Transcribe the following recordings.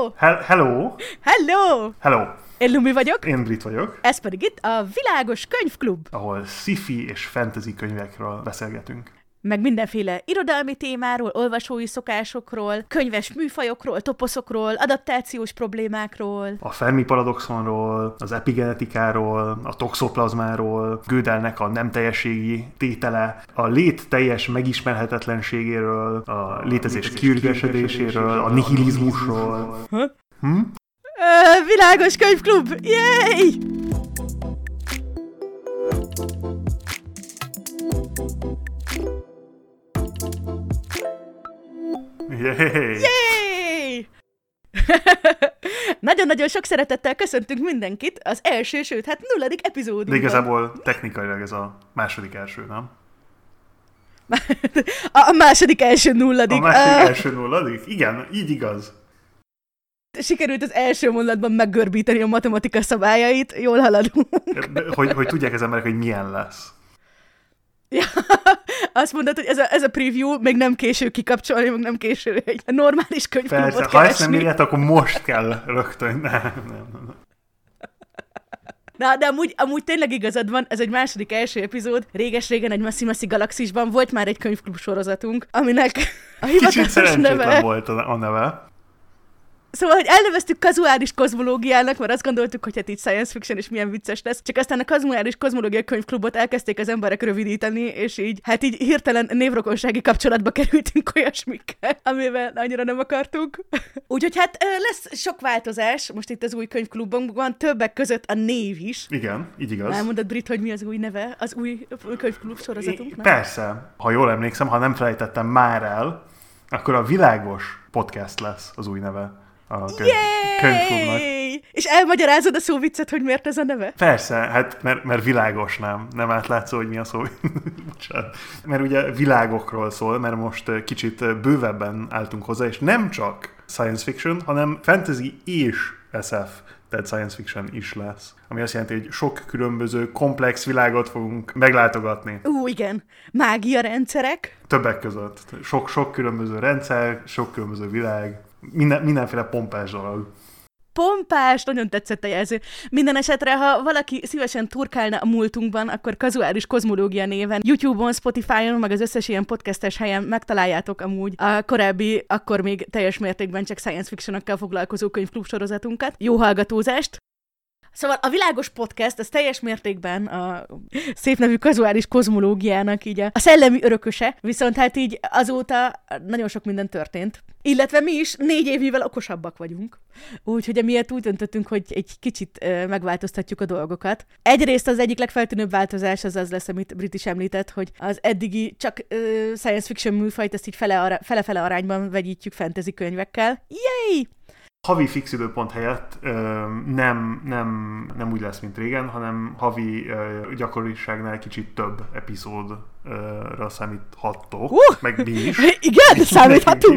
Hello! Hello! Hello! Én Lumi vagyok. Én Brit vagyok. Ez pedig itt a Világos Könyvklub. Ahol sci-fi és fantasy könyvekről beszélgetünk. Meg mindenféle irodalmi témáról, olvasói szokásokról, könyves műfajokról, toposzokról, adaptációs problémákról. A Fermi paradoxonról, az epigenetikáról, a toxoplazmáról, Gödelnek a nem teljességi tétele, a lét teljes megismerhetetlenségéről, a létezés kiürgesedéséről, a nihilizmusról. Világos Könyvklub! Yay! Yay! Nagyon-nagyon sok szeretettel köszöntünk mindenkit az első, sőt, hát 0. epizódunkban. De igazából technikailag ez a második első, nem? A második első nulladik. A második első nulladik? Igen, így igaz. Sikerült az első mondatban meggörbíteni a matematika szabályait, jól haladunk. Hogy tudják az emberek, hogy milyen lesz. Ja, azt mondod, hogy ez a preview még nem késő kikapcsolni, még nem késő egy normális könyvklubot keresni. Persze, ha ezt nem írjátok, akkor most kell rögtön. Nem. Na, de amúgy tényleg igazad van, ez egy második első epizód. Réges-régen egy messzi-messzi galaxisban volt már egy könyvklub sorozatunk, aminek a hivatalos neve... volt a neve. Szóval, hogy elneveztük kazuális kozmológiának, mert azt gondoltuk, hogy hát így science fiction és milyen vicces lesz. Csak aztán a kazuális kozmológia könyvklubot elkezdték az emberek rövidíteni, és így hirtelen névrokonsági kapcsolatba kerültünk olyasmikkel, amivel annyira nem akartunk. Úgyhogy hát lesz sok változás most itt az új könyvklubban, van többek között a név is. Igen, így igaz. Elmondod, Brit, hogy mi az új neve, az új könyvklub sorozatunknak? Persze, ha jól emlékszem, ha nem felejtettem már el, akkor a Világos Podcast lesz az új neve a könyvklubnak. És elmagyarázod a szóviccet, hogy miért ez a neve? Persze, hát mert világos nem átlátszó, hogy mi a szó. Mert ugye világokról szól, mert most kicsit bővebben álltunk hozzá, és nem csak science fiction, hanem fantasy és SF, tehát science fiction is lesz. Ami azt jelenti, hogy sok különböző komplex világot fogunk meglátogatni. Igen. Mágia rendszerek. Többek között. Sok különböző rendszer, sok különböző világ. Mindenféle pompás dolog. Pompás, nagyon tetszett a jelző. Minden esetre, ha valaki szívesen turkálna a múltunkban, akkor kazuális kozmológia néven YouTube-on, Spotify-on, meg az összes ilyen podcastes helyen megtaláljátok amúgy a korábbi, akkor még teljes mértékben csak science fiction-okkel foglalkozó könyvklub sorozatunkat. Jó hallgatózást! Szóval a Világos Podcast, ez teljes mértékben a szép nevű kazuális kozmológiának így a szellemi örököse, viszont hát így azóta nagyon sok minden történt. Illetve mi is 4 évivel okosabbak vagyunk. Úgyhogy emiatt úgy döntöttünk, hogy egy kicsit megváltoztatjuk a dolgokat. Egyrészt az egyik legfeltűnőbb változás az lesz, amit Brit is említett, hogy az eddigi csak science fiction műfajt, ezt így fele-fele arányban vegyítjük fantasy könyvekkel. Yay! Havi fix időpont helyett nem úgy lesz, mint régen, hanem havi gyakoriságnál kicsit több epizódra számíthattok, meg mi is. Igen, számíthatunk!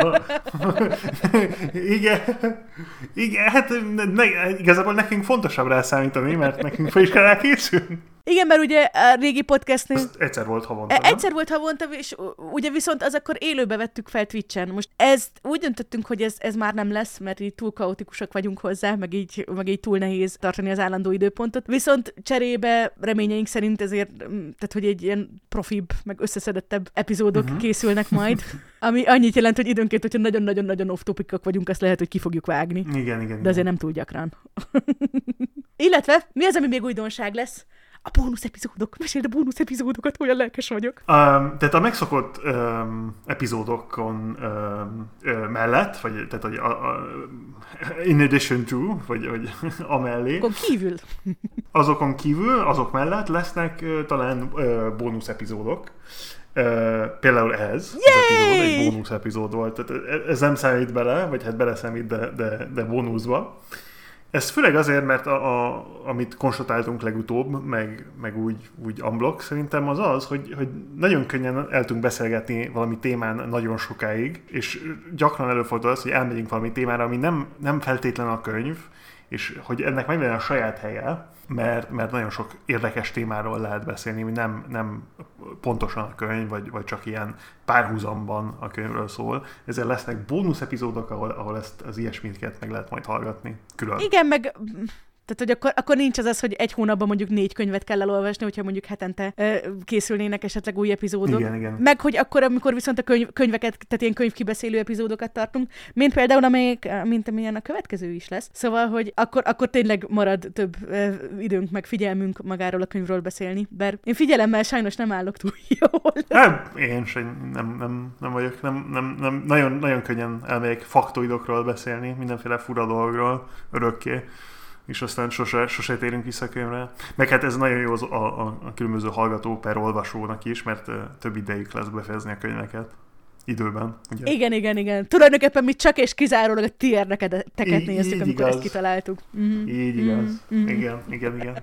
Igen, hát igazából nekünk fontosabb rá számítani, mert nekünk fel is kell elkészülni. Igen, mert ugye a régi podcastnél... Ezt egyszer volt havonta, Egyszer volt havonta, és ugye viszont az akkor élőbe vettük fel Twitchen. Most ezt úgy döntöttünk, hogy ez már nem lesz, mert így túl kaotikusak vagyunk hozzá, meg így túl nehéz tartani az állandó időpontot. Viszont cserébe reményeink szerint ezért, tehát hogy egy ilyen profibb, meg összeszedettebb epizódok készülnek majd, ami annyit jelent, hogy időnként, hogyha nagyon-nagyon-nagyon off-topicok vagyunk, azt lehet, hogy ki fogjuk vágni. Igen. De azért nem túl gyakran. Illetve, mi az, ami még újdonság lesz? A bónusz epizódok. Meséld a bónusz epizódokat, olyan lelkes vagyok. Tehát a megszokott epizódokon mellett, vagy tehát in addition to, vagy amellé. Azokon kívül, azok mellett lesznek talán bónusz epizódok. Például ez epizód, egy bónusz epizód volt. Tehát ez nem számít bele, vagy hát beleszámít, de bónuszba. Ez főleg azért, mert amit konstatáltunk legutóbb, meg úgy unblock szerintem az, hogy nagyon könnyen el tudunk beszélgetni valami témán nagyon sokáig, és gyakran előfordul az, hogy elmegyünk valami témára, ami nem feltétlen a könyv, és hogy ennek megvan a saját helye, mert nagyon sok érdekes témáról lehet beszélni, hogy nem pontosan a könyv, vagy csak ilyen párhuzamban a könyvről szól. Ezért lesznek bónusz epizódok, ahol ezt az ilyesmiket meg lehet majd hallgatni külön. Igen, meg... Tehát, hogy akkor nincs az, hogy egy hónapban mondjuk 4 könyvet kell elolvasni, hogyha mondjuk hetente készülnének esetleg új epizódok. Igen. Meg, hogy akkor, amikor viszont a könyveket, tehát ilyen könyvkibeszélő epizódokat tartunk, mint például mint amilyen a következő is lesz. Szóval, hogy akkor tényleg marad több időnk, meg figyelmünk magáról a könyvről beszélni. Bár én figyelemmel sajnos nem állok túl jól. Én sem nem vagyok, nem nagyon könnyen elmegyek faktoidokról beszélni, mindenféle fura dolgokról örökké. És aztán sose térünk vissza a könyvre. Meg hát ez nagyon jó a különböző hallgató per olvasónak is, mert több idejük lesz befejezni a könyveket időben. Ugye? Igen. Tulajdonképpen mi csak és kizárólag a ti érdeketeket néztük, amikor igaz. Ezt kitaláltuk. Mm-hmm. Így igaz. Igen.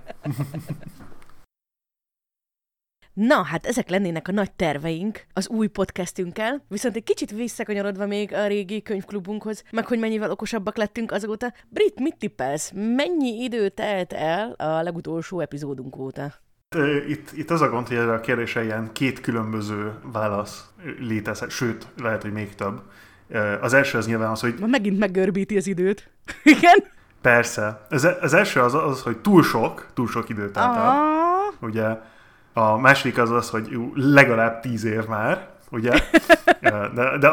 Na, hát ezek lennének a nagy terveink az új podcastünkkel, viszont egy kicsit visszakanyarodva még a régi könyvklubunkhoz, meg hogy mennyivel okosabbak lettünk azóta. Brit, mit tippelsz? Mennyi idő telt el a legutolsó epizódunk óta? Itt az a gond, hogy erre a kérdésre ilyen 2 különböző válasz létezhet, sőt, lehet, hogy még több. Az első az nyilván az, hogy... Megint meggörbíti az időt. Igen? Persze. Az első az, hogy túl sok időt telt el. Ugye... A második az, hogy legalább 10 év már, ugye? De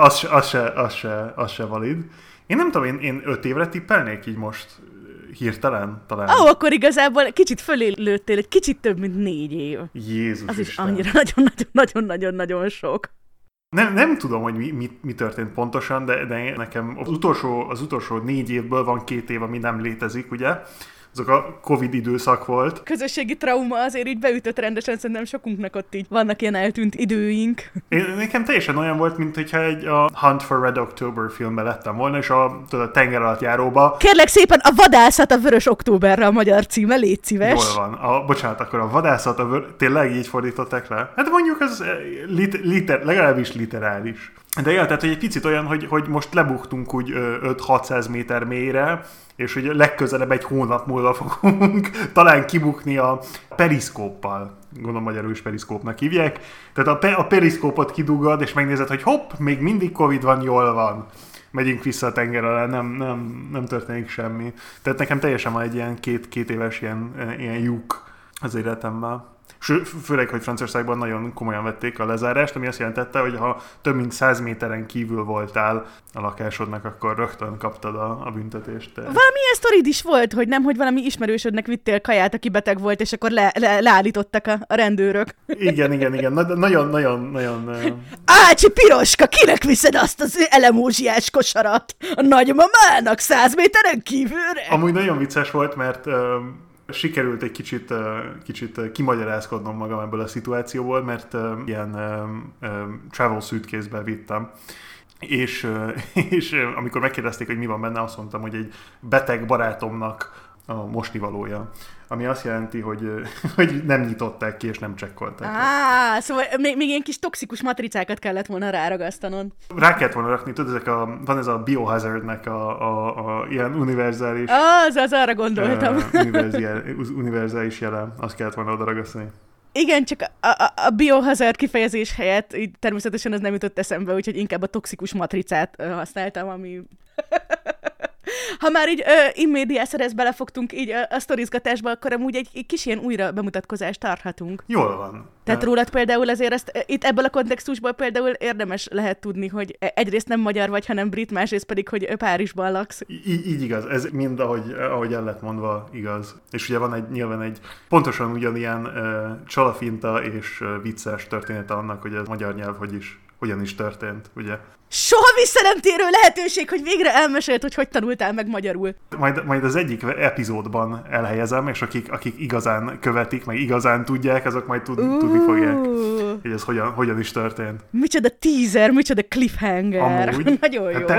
az se valid. Én nem tudom, én 5 évre tippelnék így most hirtelen talán. Akkor igazából kicsit fölé lőttél, egy kicsit több, mint 4 év. Jézus az Isten. is annyira nagyon sok. Nem tudom, hogy mi történt pontosan, de nekem az utolsó 4 évből van 2 év, ami nem létezik, ugye? Azok a Covid időszak volt. Közösségi trauma azért így beütött rendesen, szerintem sokunknak ott így vannak ilyen eltűnt időink. Nekem teljesen olyan volt, mint hogyha a Hunt for Red October filmben lettem volna, és a tenger alatt járóba. Kérlek szépen, a vadászat a Vörös Októberre a magyar címe, légy szíves. Jól van. Bocsánat, akkor a vadászat tényleg így fordították le? Hát mondjuk az legalábbis literális. De ja, tehát hogy egy picit olyan, hogy most lebuktunk úgy 5-600 méter mélyre, és hogy legközelebb egy hónap múlva fogunk talán kibukni a periszkóppal. Gondolom magyarul is periszkópnak hívják. Tehát a periszkópot kidugod, és megnézed, hogy hopp, még mindig Covid van, jól van. Megyünk vissza a tenger alá, nem történik semmi. Tehát nekem teljesen van egy ilyen 2 éves ilyen lyuk az életemben. Főleg, hogy Franciaországban nagyon komolyan vették a lezárást, ami azt jelentette, hogy ha több mint 100 méteren kívül voltál a lakásodnak, akkor rögtön kaptad a büntetést. Valamilyen sztorid is volt, hogy nem, hogy valami ismerősödnek vittél kaját, aki beteg volt, és akkor leállítottak a rendőrök. Igen. Nagyon... Ácsi piroska, kinek viszed azt az elemózsiás kosarat? A nagymamának 100 méteren kívülre? Amúgy nagyon vicces volt, mert... sikerült egy kicsit kimagyarázkodnom magam ebből a szituációból, mert ilyen travel suitcase-be vittem. És amikor megkérdezték, hogy mi van benne, azt mondtam, hogy egy beteg barátomnak a mosnivalója. Ami azt jelenti, hogy nem nyitották ki, és nem csekkolták. Szóval még ilyen kis toxikus matricákat kellett volna ráragasztanon. Rá kellett volna rakni, tudod, van ez a Biohazardnek a ilyen univerzális... Az arra gondoltam. Univerzális jelen, azt kellett volna oda ragasztani. Igen, csak a biohazard kifejezés helyett így természetesen ez nem jutott eszembe, úgyhogy inkább a toxikus matricát használtam, ami... Ha már így in medias res belefogtunk így a sztorizgatásba, akkor amúgy egy kis ilyen újra bemutatkozást tarthatunk. Jól van. Tehát rólad például azért ezt, itt ebből a kontextusból például érdemes lehet tudni, hogy egyrészt nem magyar vagy, hanem brit, másrészt pedig, hogy Párizsban laksz. Így igaz, ez mind ahogy el lett mondva igaz. És ugye van nyilván egy pontosan ugyanilyen csalafinta és vicces története annak, hogy ez magyar nyelv hogyan is történt, ugye? Soha vissza nem térő lehetőség, hogy végre elmesélt, hogy tanultál meg magyarul. Majd az egyik epizódban elhelyezem, és akik igazán követik, meg igazán tudják, azok majd tudni fogják, hogy ez hogyan is történt. Micsoda teaser, micsoda cliffhanger. Amúgy, nagyon jó.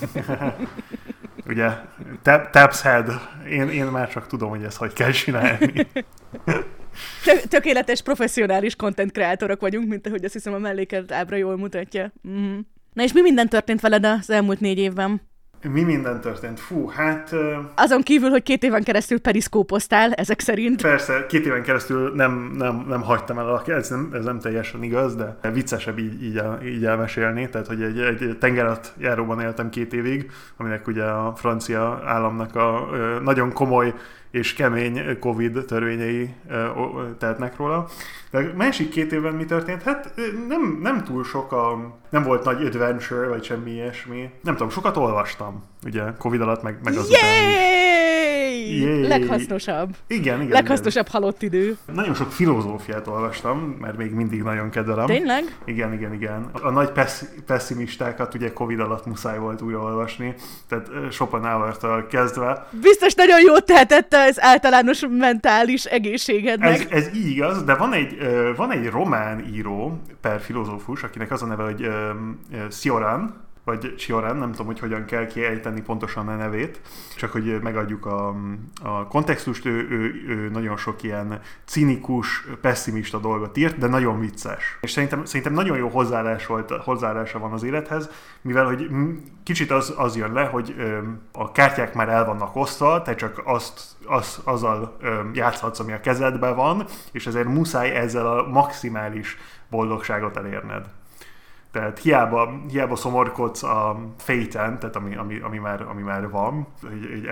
Ugye, Tab's Head. Én már csak tudom, hogy ezt hogy kell csinálni. Tökéletes, professzionális content kreatorok vagyunk, mint ahogy azt hiszem a mellékelt ábra jól mutatja. Mm. Na és mi minden történt veled az elmúlt 4 évben? Mi minden történt? Fú, hát... Azon kívül, hogy 2 éven keresztül periszkópoztál, ezek szerint. Persze, 2 éven keresztül nem hagytam el, ez nem teljesen igaz, de viccesebb így elmesélni. Tehát, hogy egy tengeralattjáróban éltem 2 évig, aminek ugye a francia államnak a nagyon komoly és kemény Covid törvényei tehetnek róla. De a másik 2 évben mi történt? Hát nem túl sok nem volt nagy adventure, vagy semmi ilyesmi. Nem tudom, sokat olvastam, ugye, Covid alatt, meg azután is. Yay! Leghasznosabb. Igen. Leghasznosabb halott idő. Nagyon sok filozófiát olvastam, mert még mindig nagyon kedvelem. Tényleg? Igen. A nagy pessimistákat ugye Covid alatt muszáj volt újra olvasni, tehát Schopenhauertől kezdve. Biztos nagyon jót tehetett az általános mentális egészségednek. Ez így igaz, de van egy román író per filozófus, akinek az a neve, hogy Cioran, vagy Cioran, nem tudom, hogy hogyan kell kiejteni pontosan a nevét, csak hogy megadjuk a kontextust, ő nagyon sok ilyen cinikus, pessimista dolgot írt, de nagyon vicces. És szerintem nagyon jó hozzáállása van az élethez, mivel hogy kicsit az jön le, hogy a kártyák már el vannak osztva, te csak azzal játszhatsz, ami a kezedben van, és ezért muszáj ezzel a maximális boldogságot elérned. Tehát hiába szomorkodsz a fate-en, tehát ami már van, hogy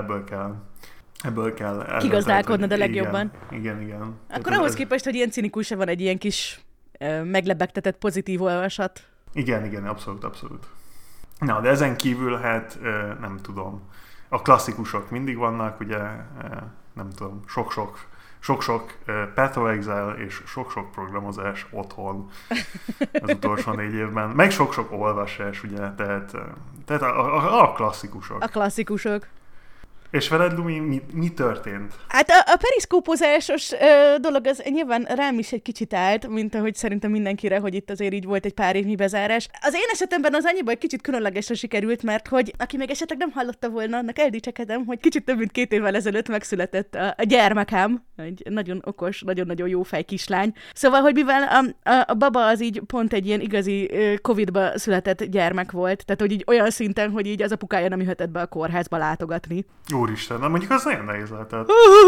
ebből kell kigazdálkodnod a legjobban. Igen. Akkor ahhoz képest, hogy ilyen cinikus, van egy ilyen kis meglebegtetett pozitív olvasat. Igen, abszolút. Na, de ezen kívül hát nem tudom. A klasszikusok mindig vannak, ugye nem tudom, sok-sok Path of Exile és sok-sok programozás otthon az utolsó 4 évben. Meg sok-sok olvasás, ugye, tehát a klasszikusok. A klasszikusok. És veled, Lumi, mi történt? Hát a periszkópozásos dolog az nyilván rám is egy kicsit állt, mint ahogy szerintem mindenkire, hogy itt azért így volt egy pár évnyi bezárás. Az én esetemben az annyiban egy kicsit különlegesre sikerült, mert hogy aki még esetleg nem hallotta volna, annak eldicsekedem, hogy kicsit több mint 2 évvel ezelőtt megszületett a gyermekem, egy nagyon okos, nagyon-nagyon jó fej kislány. Szóval, hogy mivel a baba az így pont egy ilyen igazi Covid-ba született gyermek volt, tehát hogy így olyan szinten, hogy így az apukája nem jöhetett be a kórházba látogatni. Úristen, na mondjuk az nagyon nehéz lehetett.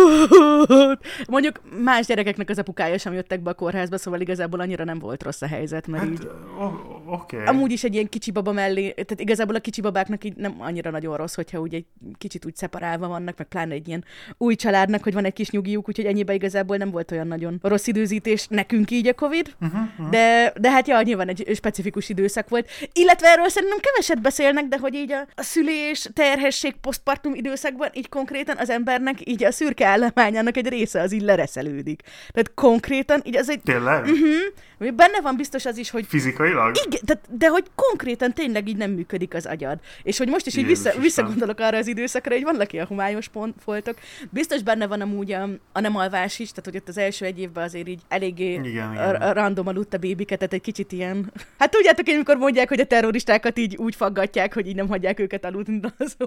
Mondjuk más gyerekeknek az apukája sem jöttek be a kórházba, szóval igazából annyira nem volt rossz a helyzet, mert így... Okay. Amúgy is egy ilyen kicsi baba mellé, tehát igazából a kicsi babáknak így nem annyira nagyon rossz, hogyha úgy egy kicsit úgy szeparálva vannak, meg pláne egy ilyen új családnak, hogy van egy kis nyugiuk, úgyhogy ennyiben igazából nem volt olyan nagyon rossz időzítés nekünk így a Covid, de hát ja, nyilván egy specifikus időszak volt. Illetve erről szerintem keveset beszélnek, de hogy így a szülés, terhesség, posztpartum időszakban így konkrétan az embernek így a szürke állományának egy része az így lereszelődik. Tehát konkrétan így az egy... Tényleg? Benne van biztos az is, hogy... Fizikailag? Igen, de hogy konkrétan tényleg így nem működik az agyad. És hogy most is így visszagondolok arra az időszakra, hogy vannak ilyen homályos foltok. Biztos benne van amúgy a nem alvás is, tehát hogy ott az első 1 évben azért így eléggé random aludt a bébiket, tehát egy kicsit ilyen... Hát tudjátok, amikor mondják, hogy a terroristákat így úgy faggatják, hogy így nem hagyják őket aludni.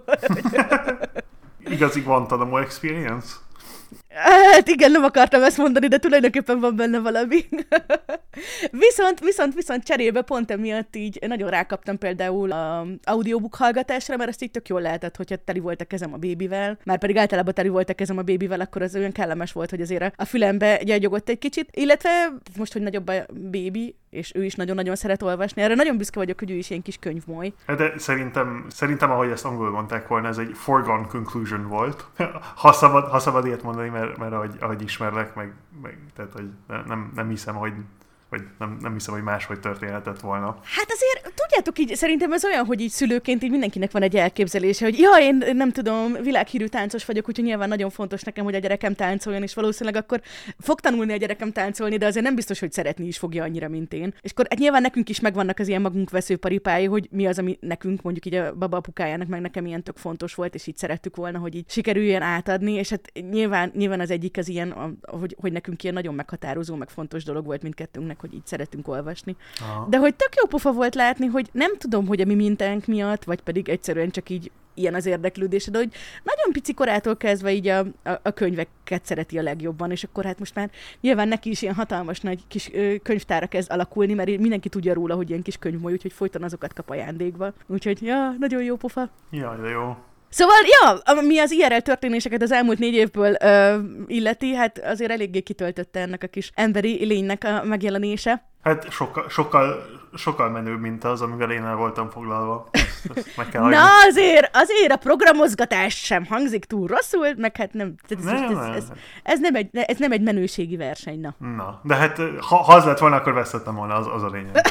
Igazi Guantanamo experience? Hát igen, nem akartam ezt mondani, de tulajdonképpen van benne valami. Viszont cserébe pont emiatt így nagyon rákaptam például a audiobook hallgatásra, mert azt így tök jól lehetett, hogyha teli volt a kezem a bébivel. Már pedig általában teli volt a kezem a bébivel, akkor az olyan kellemes volt, hogy azért a fülembe gyergyogott egy kicsit. Illetve most, hogy nagyobb a bébi, és ő is nagyon-nagyon szeret olvasni. Erre nagyon büszke vagyok, hogy ő is ilyen kis könyvmoly. De szerintem, ahogy ezt angolul mondták volna, ez egy foregone conclusion volt. Ha szabad ilyet mondani, mert ahogy ismerlek, meg tehát, hogy nem hiszem, hogy vagy nem hiszem, hogy máshogy történhetett volna. Hát azért, tudjátok így, szerintem ez olyan, hogy így szülőként így mindenkinek van egy elképzelése, hogy én nem tudom, világhírű táncos vagyok, úgyhogy nyilván nagyon fontos nekem, hogy a gyerekem táncoljon, és valószínűleg akkor fog tanulni a gyerekem táncolni, de azért nem biztos, hogy szeretni is fogja annyira, mint én. És akkor hát nyilván nekünk is megvannak az ilyen magunk veszőparipái, hogy mi az, ami nekünk, mondjuk így a baba apukájának, meg nekem ilyen tök fontos volt, és így szerettük volna, hogy így sikerüljön átadni, és hát nyilván az egyik az ilyen, hogy nekünk ilyen nagyon meghatározó, meg fontos dolog volt mindkettőnknek, hogy így szeretünk olvasni. Aha. De hogy tök jó pofa volt látni, hogy nem tudom, hogy a mi mintánk miatt, vagy pedig egyszerűen csak így ilyen az érdeklődése, de hogy nagyon pici korától kezdve így a könyveket szereti a legjobban, és akkor hát most már nyilván neki is ilyen hatalmas nagy kis könyvtára kezd alakulni, mert mindenki tudja róla, hogy ilyen kis könyvmoly, úgyhogy folyton azokat kap ajándékba. Úgyhogy, ja, nagyon jó pofa. Jaj, de jó. Szóval, ja, mi az IRL történéseket az elmúlt 4 évből illeti, hát azért eléggé kitöltötte ennek a kis emberi lénynek a megjelenése. Hát sokkal menőbb, mint az, amivel én el voltam foglalva. Ezt meg kell Na azért a programozgatás sem hangzik túl rosszul, meg hát nem, ez nem egy menőségi verseny, na. Na, de hát ha az lett volna, akkor vesztettem volna, az a lényeg.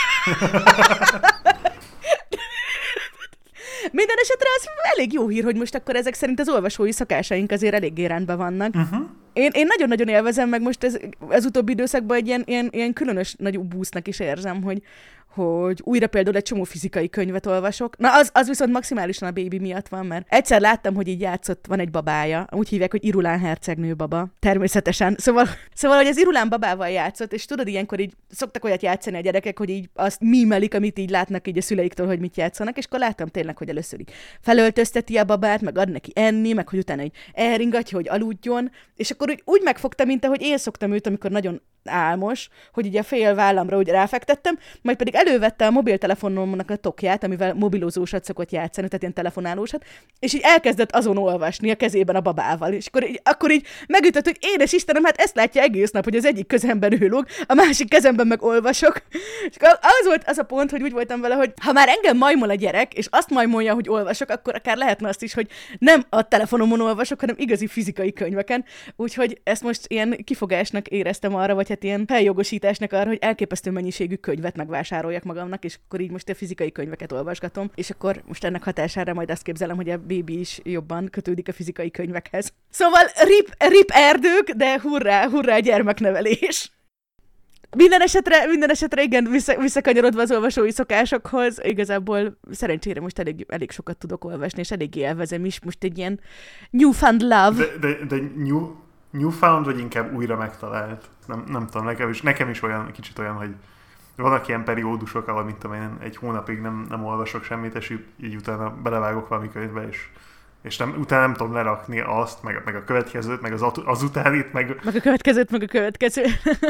Minden esetre az elég jó hír, hogy most akkor ezek szerint az olvasói szokásaink azért eléggé rendben vannak. Uh-huh. Én nagyon-nagyon élvezem, meg most ez utóbbi időszakban egy ilyen különös nagy boostnak is érzem, hogy újra például egy csomó fizikai könyvet olvasok. Na, az viszont maximálisan a Baby miatt van, mert egyszer láttam, hogy így játszott, van egy babája, úgy hívják, hogy Irulán hercegnő baba, természetesen. Szóval, hogy az Irulán babával játszott, és tudod, ilyenkor így szoktak olyat játszani a gyerekek, hogy így azt mímelik, amit így látnak így a szüleiktől, hogy mit játszanak, és akkor láttam tényleg, hogy először így felöltözteti a babát, meg ad neki enni, meg hogy utána így elringatja, hogy aludjon, és akkor úgy megfogta, mint ahogy én szoktam őt, amikor nagyon álmos, hogy így a fél vállamra úgy ráfektettem, majd pedig elővette a mobiltelefonomnak a tokját, amivel mobilozósat szokott játszani, tehát ilyen telefonálósat, és így elkezdett azon olvasni a kezében a babával, és akkor így megütött, hogy édes Istenem, hát ezt látja egész nap, hogy az egyik kezemben ő lóg, a másik kezemben meg olvasok. És az volt az a pont, hogy úgy voltam vele, hogy ha már engem majmol a gyerek, és azt majmolja, hogy olvasok, akkor akár lehetne azt is, hogy nem a telefonomon olvasok, hanem igazi fizikai könyveken. Úgyhogy ezt most ilyen kifogásnak éreztem arra, vagy hát ilyen feljogosításnak arra, hogy elképesztő mennyiségű könyvet megvásároljak magamnak, és akkor így most a fizikai könyveket olvasgatom, és akkor most ennek hatására majd azt képzelem, hogy a Baby is jobban kötődik a fizikai könyvekhez. Szóval rip erdők, de hurrá gyermeknevelés! Minden esetre igen, visszakanyarodva az olvasói szokásokhoz, igazából szerencsére most elég sokat tudok olvasni, és elég élvezem is. Most egy ilyen newfound love. De newfound, vagy inkább újra megtalált? Nem tudom, nekem is olyan, kicsit olyan, hogy vannak ilyen periódusok, ahol mit tudom én, egy hónapig nem olvasok semmit, és így utána belevágok valami könyvbe, és utána nem tudom lerakni azt, meg a következőt, meg az utánit, meg a következőt.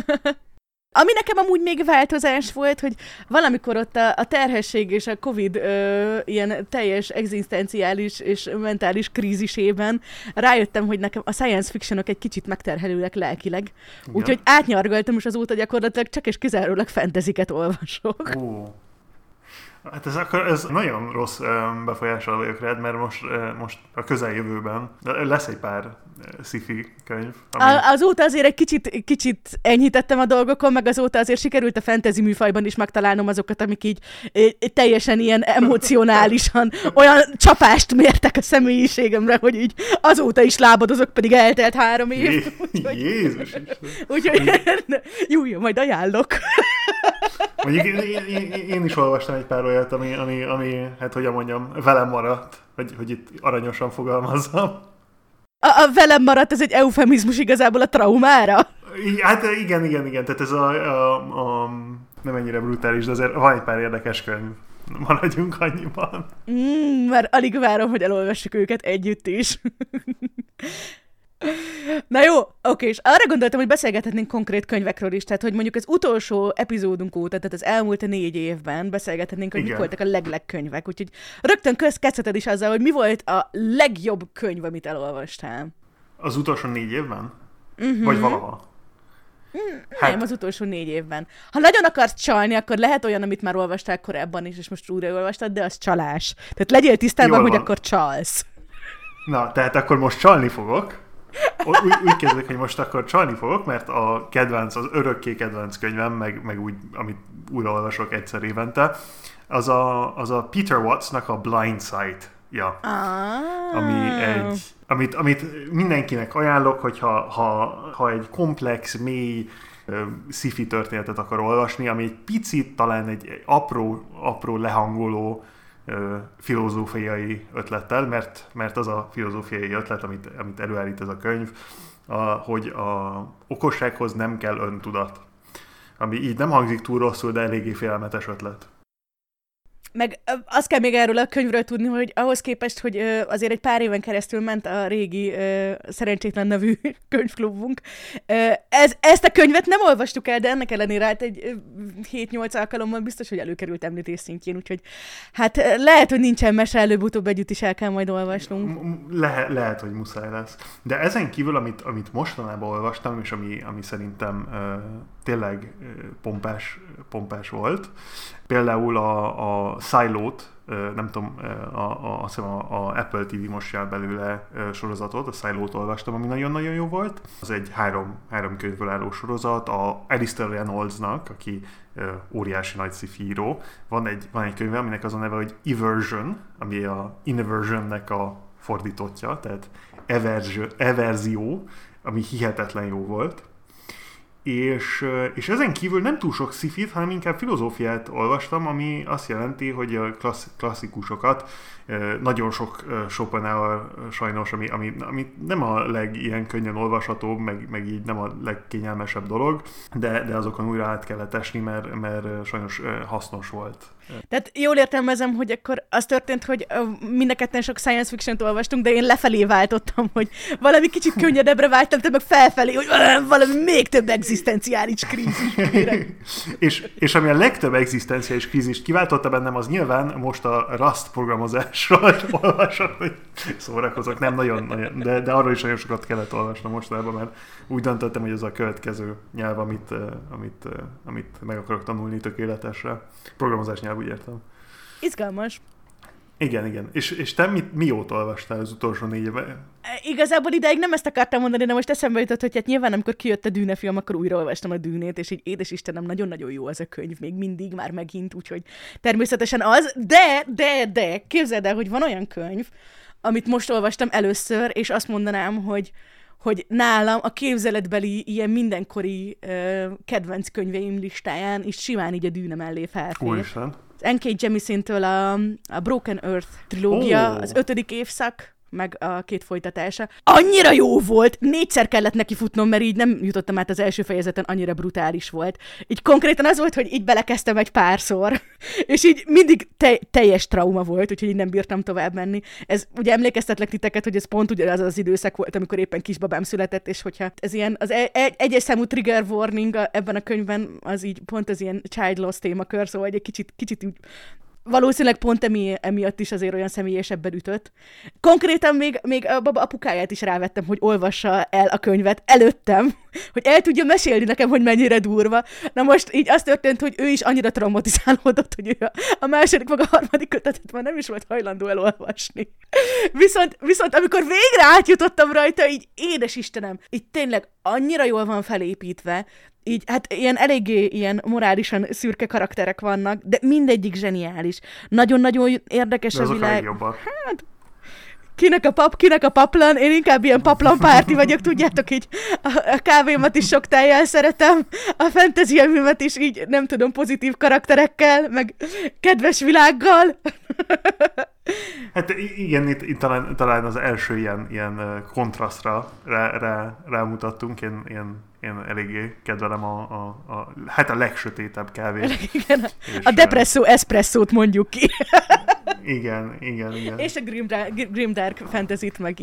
Ami nekem amúgy még változás volt, hogy valamikor ott a terhesség és a Covid ilyen teljes egzisztenciális és mentális krízisében rájöttem, hogy nekem a science fictionok egy kicsit megterhelőek lelkileg. Úgyhogy átnyargaltam, és azóta gyakorlatilag csak és kizárólag fantasyket olvasok. Hát ez nagyon rossz befolyással vagyok rád, mert most a közeljövőben lesz egy pár sci-fi könyv. Azóta azért egy kicsit enyhítettem a dolgokon, meg azóta azért sikerült a fantasy műfajban is megtalálnom azokat, amik így teljesen ilyen emocionálisan olyan csapást mértek a személyiségemre, hogy így azóta is lábadozok, pedig eltelt 3 év. Jézus! Úgyhogy jó, majd ajánlok. Mondjuk én is olvastam egy pár olyat, ami hát hogyan mondjam, velem maradt, hogy itt aranyosan fogalmazzam. A velem maradt, ez egy eufemizmus igazából a traumára? Hát igen, tehát ez nem ennyire brutális, de azért van egy pár érdekes könyv. Maradjunk annyiban. Mert alig várom, hogy elolvassuk őket együtt is. Na jó, oké, és arra gondoltam, hogy beszélgethetnénk konkrét könyvekről is, tehát hogy mondjuk az utolsó epizódunk óta, tehát az elmúlt 4 évben beszélgethetnénk, hogy mik voltak a legkönyvek, úgyhogy rögtön kezdheted is azzal, hogy mi volt a legjobb könyv, amit elolvastál. Az utolsó 4 évben? Vagy valaha? Nem, az utolsó 4 évben. Ha nagyon akarsz csalni, akkor lehet olyan, amit már olvastál korábban is, és most újraolvastad, de az csalás. Tehát legyél tisztában, hogy akkor csalsz. Na, tehát akkor most csalni fogok. Úgy kezdek, hogy most akkor csalni fogok, mert az örökké kedvenc könyvem, meg úgy, amit újra olvasok egyszer évente, az a Peter Wattsnak a Blind Sight. Ja. Amit mindenkinek ajánlok, hogy ha egy komplex, mély sci-fi történetet akar olvasni, ami egy picit talán egy apró lehangoló filozófiai ötlettel, mert az a filozófiai ötlet, amit előállít ez a könyv, hogy a okossághoz nem kell öntudat. Ami így nem hangzik túl rosszul, de eléggé félelmetes ötlet. Meg azt kell még erről a könyvről tudni, hogy ahhoz képest, hogy azért egy pár éven keresztül ment a régi Szerencsétlen nevű könyvklubunk. Ezt a könyvet nem olvastuk el, de ennek ellenére hát egy 7-8 alkalommal biztos, hogy előkerült említés szintjén, úgyhogy hát lehet, hogy nincsen mese, előbb-utóbb együtt is el kell majd olvasnunk. Lehet, hogy muszáj lesz. De ezen kívül, amit mostanában olvastam, és ami szerintem tényleg pompás volt, például a Silo-t, nem tudom, azt hiszem a Apple TV most jár belőle sorozatot, a Silo-t olvastam, ami nagyon-nagyon jó volt. Az egy három könyvből álló sorozat, a Alistair Reynoldsnak, aki óriási nagy sci-fi író. Van egy könyve, aminek az a neve, hogy Eversion, ami a Inversionnek a fordítottja, tehát everzió, ami hihetetlen jó volt. És ezen kívül nem túl sok sci-fit, hanem inkább filozófiát olvastam, ami azt jelenti, hogy a klasszikusokat, nagyon sok Schopenhauer sajnos, ami nem a legilyen könnyen olvasható, meg így nem a legkényelmesebb dolog, de azokon újra át kellett esni, mert sajnos hasznos volt. Tehát jól értelmezem, hogy akkor az történt, hogy mind a ketten sok science fiction-t olvastunk, de én lefelé váltottam, hogy valami kicsit könnyedebbre váltam, te meg felfelé, hogy valami még több egzisztenciális krízis. és ami a legtöbb egzisztenciális krízist kiváltotta bennem, az nyilván most a Rust programozásról olvasok, hogy szórakozok, nem nagyon de arról is nagyon sokat kellett olvasnom mostanában, mert úgy döntöttem, hogy ez a következő nyelv, amit meg akarok tanulni tökéletesre. Programozás nyelv, úgy értem. Izgalmas. Igen. És te mióta olvastál az utolsó 4 évben? Igazából ideig nem ezt akartam mondani, de most eszembe jutott, hogy hát nyilván amikor kijött a Dűne film, akkor újra olvastam a Dűnét, és így édes Istenem, nagyon-nagyon jó az a könyv, még mindig, már megint, úgyhogy természetesen az, de képzeld el, hogy van olyan könyv, amit most olvastam először, és azt mondanám, hogy nálam a képzeletbeli ilyen mindenkori kedvenc könyveim listáján is simán így a Dűne mellé felfér. Úristen. N.K. Jemisin-től a Broken Earth trilógia, az 5. évszak, meg a 2 folytatása. Annyira jó volt! 4-szer kellett neki futnom, mert így nem jutottam át az első fejezeten, annyira brutális volt. Így konkrétan az volt, hogy így belekezdtem egy párszor, és így mindig teljes trauma volt, úgyhogy így nem bírtam tovább menni. Ez ugye emlékeztetlek titeket, hogy ez pont ugyanaz az időszak volt, amikor éppen kisbabám született, és hogyha ez ilyen, az egyes számú trigger warning ebben a könyvben, az így pont az ilyen child loss témakör, szóval egy kicsit úgy valószínűleg pont emiatt is azért olyan személyesebben ütött. Konkrétan még a baba apukáját is rávettem, hogy olvassa el a könyvet előttem, hogy el tudja mesélni nekem, hogy mennyire durva. Na most így az történt, hogy ő is annyira traumatizálódott, hogy ő a második meg a harmadik kötetet már nem is volt hajlandó elolvasni. Viszont amikor végre átjutottam rajta, így édes Istenem, így tényleg annyira jól van felépítve, így, hát ilyen eléggé ilyen morálisan szürke karakterek vannak, de mindegyik zseniális. Nagyon-nagyon érdekes a világ. Hát, kinek a paplan, én inkább ilyen paplan párti vagyok, tudjátok, így a kávémat is sok tejjel szeretem, a fantasy filmet is így, nem tudom, pozitív karakterekkel, meg kedves világgal. Hát igen, itt talán az első ilyen kontrasztra rámutattunk, én eléggé kedvelem hát a legsötétebb kávét. Igen, a depresszó eszpresszót mondjuk ki. Igen. És a grimdark fantasy-t meg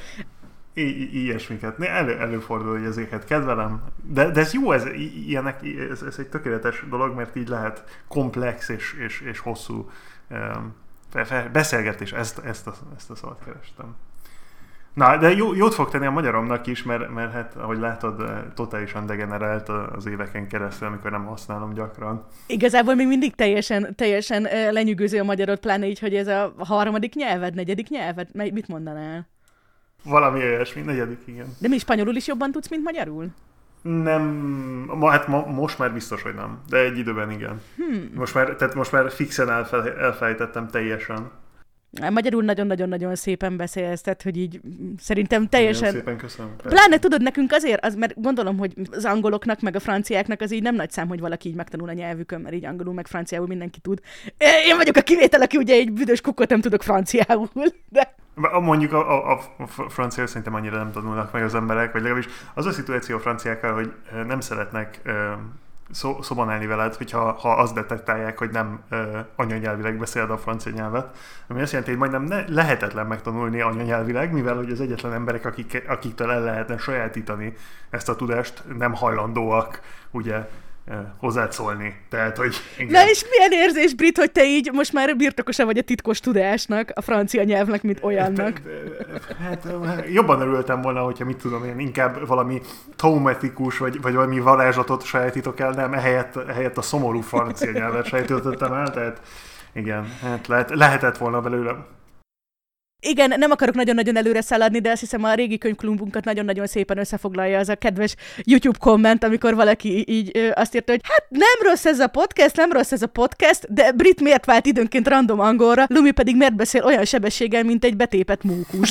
ilyesmiket. Előfordul, hogy ezeket kedvelem. De ez jó, ez egy tökéletes dolog, mert így lehet komplex és hosszú beszélgetés. Ezt a szót kerestem. Na, de jót fog tenni a magyaromnak is, mert hát, ahogy látod, totálisan degenerált az éveken keresztül, amikor nem használom gyakran. Igazából még mindig teljesen lenyűgöző a magyarod, pláne így, hogy ez a 3. nyelved, 4. nyelved. Mit mondanál? Valami olyasmi, 4. igen. De mi spanyolul is jobban tudsz, mint magyarul? Nem, most már biztos, hogy nem, de egy időben igen. Most már fixen elfelejtettem teljesen. Magyarul nagyon-nagyon-nagyon szépen beszélsz, tehát, hogy így szerintem teljesen... Nagyon szépen köszönöm. Pláne tudod, nekünk azért, mert gondolom, hogy az angoloknak, meg a franciáknak az így nem nagy szám, hogy valaki így megtanul a nyelvükön, mert így angolul, meg franciául mindenki tud. Én vagyok a kivétel, aki ugye egy büdös kukkot nem tudok franciául, de... Mondjuk a franciául szerintem annyira nem tanulnak meg az emberek, vagy legalábbis az a szituáció a franciákkal, hogy nem szeretnek szóban állni veled, hogyha azt detektálják, hogy nem anyanyelvileg beszéled a francia nyelvet, ami azt jelenti, hogy majdnem lehetetlen megtanulni anyanyelvileg, mivel hogy az egyetlen emberek, akiktől el lehetne sajátítani ezt a tudást, nem hajlandóak, ugye, hozzád szólni. Tehát, hogy... Igen. Na és milyen érzés, Brit, hogy te így most már birtokosa vagy a titkos tudásnak, a francia nyelvnek, mint olyannak? Hát jobban örültem volna, hogyha mit tudom én, inkább valami taumetikus, vagy valami varázslatot sajátítok el, nem, ehelyett a szomorú francia nyelvet sajátítottam el, tehát igen, hát lehetett volna belőle. Igen, nem akarok nagyon-nagyon előre szaladni, de azt hiszem a régi könyvklubunkat nagyon-nagyon szépen összefoglalja az a kedves YouTube komment, amikor valaki így azt írta, hogy hát nem rossz ez a podcast, de Brit miért vált időnként random angolra, Lumi pedig miért beszél olyan sebességgel, mint egy betépett mókus.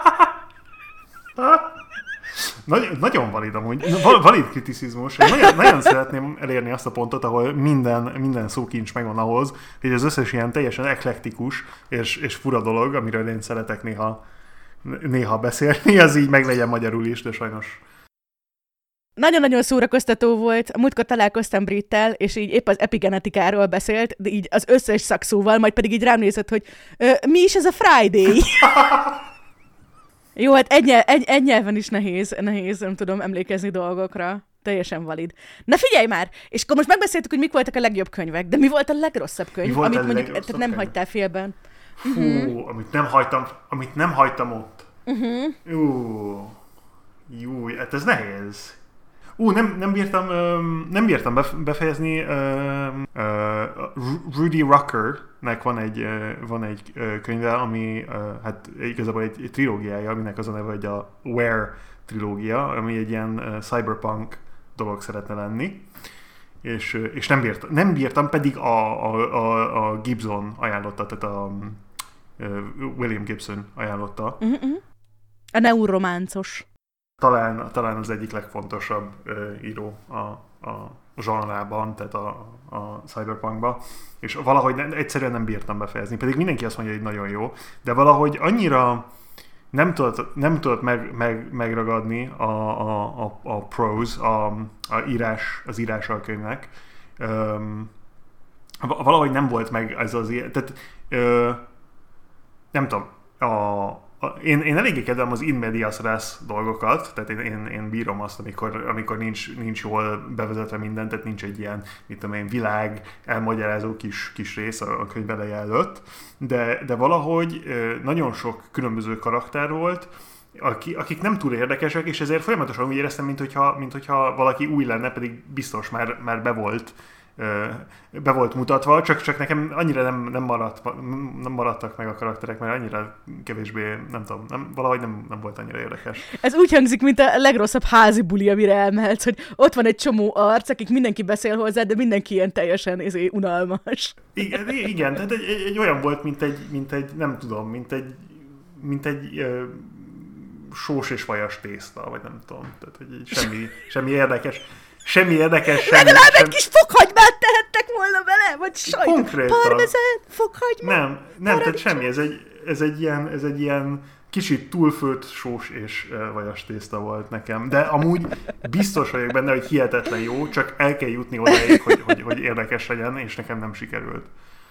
Nagyon valid amúgy, valid kriticizmus. Nagyon szeretném elérni azt a pontot, ahol minden szókincs megvan ahhoz, hogy az összes ilyen teljesen eklektikus és fura dolog, amiről én szeretek néha beszélni, az így meglegyen magyarul is, de sajnos. Nagyon-nagyon szórakoztató volt. Múltkor találkoztam Brittel, és így épp az epigenetikáról beszélt, de így az összes szakszóval, majd pedig így rám nézett, hogy mi is ez a Friday? Jó, hát egy nyelven is nehéz, nem tudom emlékezni dolgokra. Teljesen valid. Na figyelj már! És akkor most megbeszéltük, hogy mik voltak a legjobb könyvek, de mi volt a legrosszabb könyv, amit mondjuk nem hagytál félben? Fú, amit nem hagytam ott. Jó, hát ez nehéz. Nem bírtam befejezni. Rudy Rucker-nek van egy könyve, ami hát igazából egy trilógiája, aminek az a neve, hogy a Where trilógia, ami egy ilyen cyberpunk dolog szeretne lenni. És nem bírtam, pedig a Gibson ajánlotta, tehát a William Gibson ajánlotta. A neurománcos. Talán az egyik legfontosabb író a zsanrában, tehát a cyberpunkban, és valahogy egyszerűen nem bírtam befejezni, pedig mindenki azt mondja, hogy nagyon jó, de valahogy annyira nem tudott megragadni a prose, az írása a könyvnek. Valahogy nem volt meg ez az ilyen, tehát nem tudom, én eléggé kedvelem az in medias res dolgokat, tehát én bírom azt, amikor nincs jól bevezetve minden, tehát nincs egy ilyen, mit tudom én, világ elmagyarázó kis rész a könyv eleje előtt, de valahogy nagyon sok különböző karakter volt, akik nem túl érdekesek, és ezért folyamatosan úgy éreztem, minthogyha valaki új lenne, pedig biztos már be volt mutatva, csak nekem annyira nem maradtak meg a karakterek, mert annyira kevésbé, nem tudom, valahogy nem volt annyira érdekes. Ez úgy hangzik, mint a legrosszabb házi buli, amire elmehetsz, hogy ott van egy csomó arc, akik mindenki beszél hozzá, de mindenki ilyen teljesen unalmas. Igen, tehát egy olyan volt, mint egy nem tudom, mint egy sós és vajas tészta, vagy nem tudom, tehát hogy semmi érdekes. Legalább egy kis fokhagymát tehettek volna vele, vagy sajt, parmezán, fokhagymát. Nem, tehát semmi, ez egy ilyen kicsit túlfőtt sós és vajas tészta volt nekem, de amúgy biztos vagyok benne, hogy hihetetlen jó, csak el kell jutni odáig, hogy érdekes legyen, és nekem nem sikerült.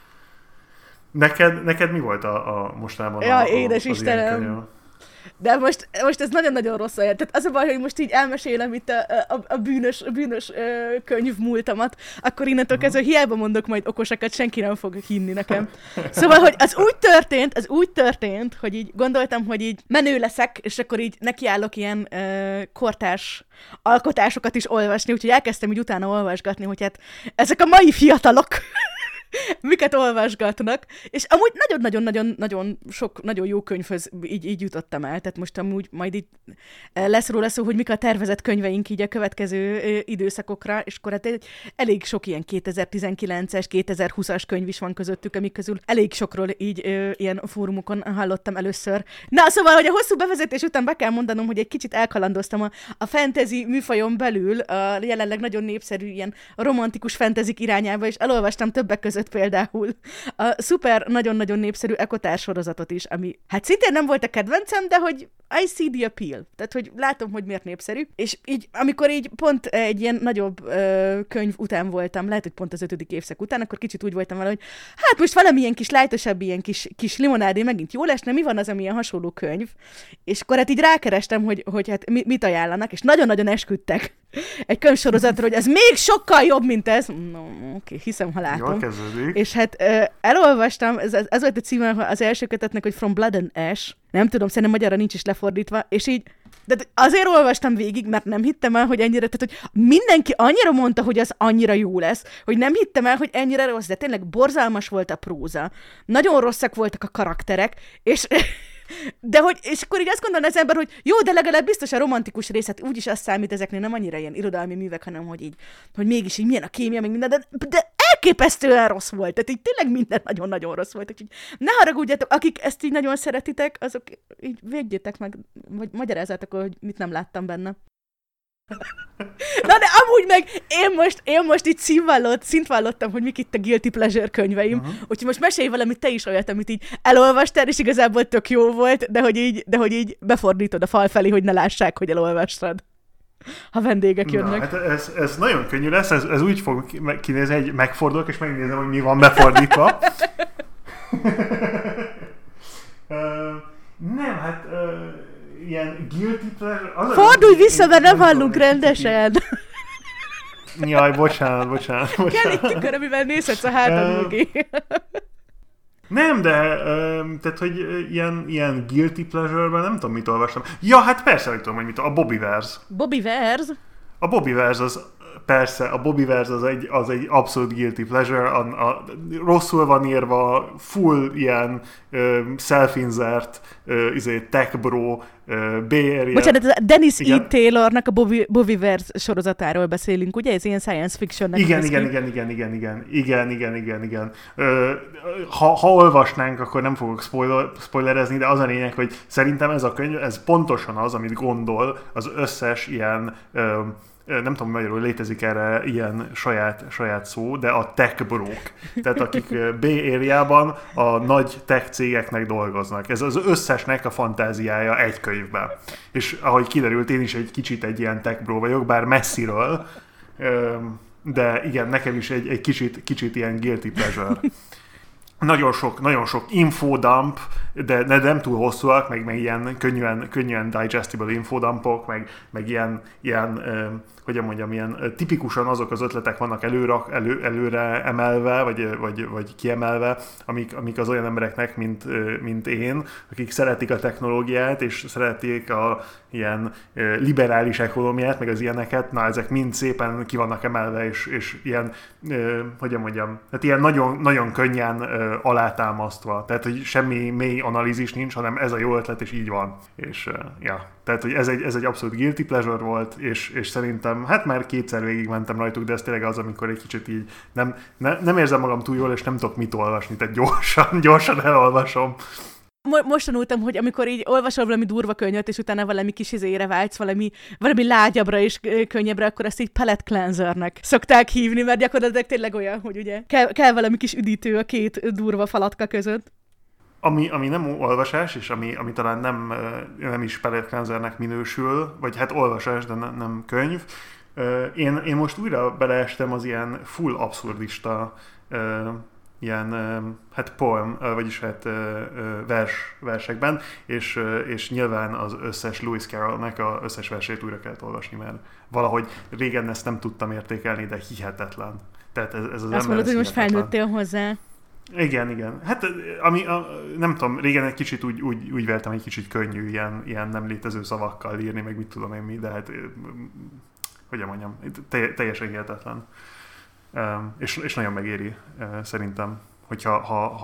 Neked mi volt a mostanában édes Istenem. De most ez nagyon-nagyon rossz olyan. Tehát az a baj, hogy most így elmesélem itt a bűnös könyv múltamat, akkor innentől kezdve hiába mondok majd okosakat, senki nem fog hinni nekem. Szóval, hogy az úgy történt, hogy így gondoltam, hogy így menő leszek, és akkor így nekiállok ilyen kortárs alkotásokat is olvasni, úgyhogy elkezdtem így utána olvasgatni, hogy hát ezek a mai fiatalok miket olvasgatnak, és amúgy nagyon-nagyon sok nagyon jó könyvhöz így jutottam el, tehát most amúgy majd így lesz róla szó, hogy mik a tervezett könyveink így a következő időszakokra, és akkor hát elég sok ilyen 2019-es, 2020-as könyv is van közöttük, amik közül elég sokról így ilyen fórumokon hallottam először. Na, szóval, hogy a hosszú bevezetés után be kell mondanom, hogy egy kicsit elkalandoztam a fantasy műfajon belül, a jelenleg nagyon népszerű ilyen romantikus fantasyk irányába, és elolvastam többek között között például a szuper, nagyon-nagyon népszerű Ekotár sorozatot is, ami hát szintén nem volt a kedvencem, de hogy I see the appeal. Tehát, hogy látom, hogy miért népszerű. És így, amikor így pont egy ilyen nagyobb könyv után voltam, lehet, hogy pont az 5. évszak után, akkor kicsit úgy voltam vele, hogy hát most valamilyen kis lájtosabb, ilyen kis limonádé megint jó lesne, mi van az, amilyen hasonló könyv. És akkor hát így rákerestem, hogy hát mit ajánlanak, és nagyon-nagyon esküdtek egy könyvsorozatra, hogy ez még sokkal jobb, mint ez. No, oké, hiszem, ha látom. Jól kezdődik. És hát elolvastam, ez volt a címe az első kötetnek, hogy From Blood and Ash. Nem tudom, szerintem magyarra nincs is lefordítva, és így, de azért olvastam végig, mert nem hittem el, hogy ennyire, tehát hogy mindenki annyira mondta, hogy az annyira jó lesz, hogy nem hittem el, hogy ennyire rossz, de tényleg borzalmas volt a próza. Nagyon rosszak voltak a karakterek, és és akkor így azt gondolna az ember, hogy jó, de legalább biztos a romantikus részet úgyis azt számít, ezeknél nem annyira ilyen irodalmi művek, hanem hogy mégis így milyen a kémia, meg minden, de elképesztően rossz volt. Tehát így tényleg minden nagyon-nagyon rossz volt. Úgyhogy ne haragudjatok, akik ezt így nagyon szeretitek, azok így védjétek meg, vagy magyarázzátok, hogy mit nem láttam benne. Na de amúgy meg én most itt szintvallottam, hogy mik itt a guilty pleasure könyveim, úgyhogy most mesélj valamit te is olyat, amit így elolvastál, és igazából tök jó volt, de hogy így befordítod a fal felé, hogy ne lássák, hogy elolvastad, ha vendégek jönnek. Na, hát ez nagyon könnyű lesz, ez úgy fog kinézni, hogy megfordulok, és megnézem, hogy mi van befordítva. Nem, hát... ilyen guilty pleasure... Fordulj vissza, mert nem hallunk rendesen! Jaj, bocsánat. Kell egy tükör, amivel nézhetsz a hátad mögé. Nem, de tehát, hogy ilyen guilty pleasure-ben nem tudom, mit olvastam. Ja, hát persze, hogy tudom, hogy mit. A Bobbyverse. Bobbyverse? A Bobbyverse az... Persze, a Bobbyverse az egy abszolút guilty pleasure, rosszul van írva, full ilyen self-insert, tech bro, Bay Area. Bocsánat, a Dennis E. Taylornak a Bobbyverse sorozatáról beszélünk, ugye? Ez ilyen science fictionnek. Igen. Ha olvasnánk, akkor nem fogok spoilerezni, de az a lényeg, hogy szerintem ez a könyv, ez pontosan az, amit gondol az összes ilyen... nem tudom, magyarul létezik erre ilyen saját szó, de a tech brók. Tehát akik Bay Area-ban a nagy tech cégeknek dolgoznak. Ez az összesnek a fantáziája egy könyvben. És ahogy kiderült, én is egy kicsit egy ilyen tech bro vagyok, bár messziről, de igen, nekem is egy kicsit ilyen guilty pleasure. Nagyon sok infodump, de nem túl hosszúak, meg ilyen könnyen digestible infodumpok, meg ilyen hogyan mondjam, ilyen tipikusan azok az ötletek vannak előre emelve, vagy kiemelve, amik az olyan embereknek, mint én, akik szeretik a technológiát, és szeretik a ilyen liberális ekonomiát, meg az ilyeneket, na ezek mind szépen ki vannak emelve, és ilyen, hogyan mondjam, tehát ilyen nagyon, nagyon könnyen alátámasztva. Tehát, hogy semmi mély analízis nincs, hanem ez a jó ötlet, és így van. És tehát, hogy ez egy abszolút guilty pleasure volt, és szerintem, hát már 2-szer végigmentem rajtuk, de ez tényleg az, amikor egy kicsit így nem érzem magam túl jól, és nem tudok mit olvasni, tehát gyorsan elolvasom. Most tanultam, hogy amikor így olvasol valami durva könyvet, és utána valami kis izére vágysz, valami lágyabbra és könnyebbre, akkor ezt így palette cleansernek szokták hívni, mert gyakorlatilag tényleg olyan, hogy ugye kell valami kis üdítő a két durva falatka között. Ami nem olvasás, és ami talán nem is palette cleansernek minősül, vagy hát olvasás, de nem könyv. Én most újra beleestem az ilyen full abszurdista ilyen hát poem, vagyis hát versekben, és nyilván az összes Lewis Carrollnek az összes versét újra kellett olvasni, mert valahogy régen ezt nem tudtam értékelni, de hihetetlen. Tehát ez az azt mondod, hogy most felnőttél hozzá. Igen. Hát nem tudom, régen egy kicsit úgy véltem, egy kicsit könnyű ilyen nem létező szavakkal írni, meg mit tudom én mi, de hát hogyan mondjam, teljesen hihetetlen. És nagyon megéri szerintem, hogyha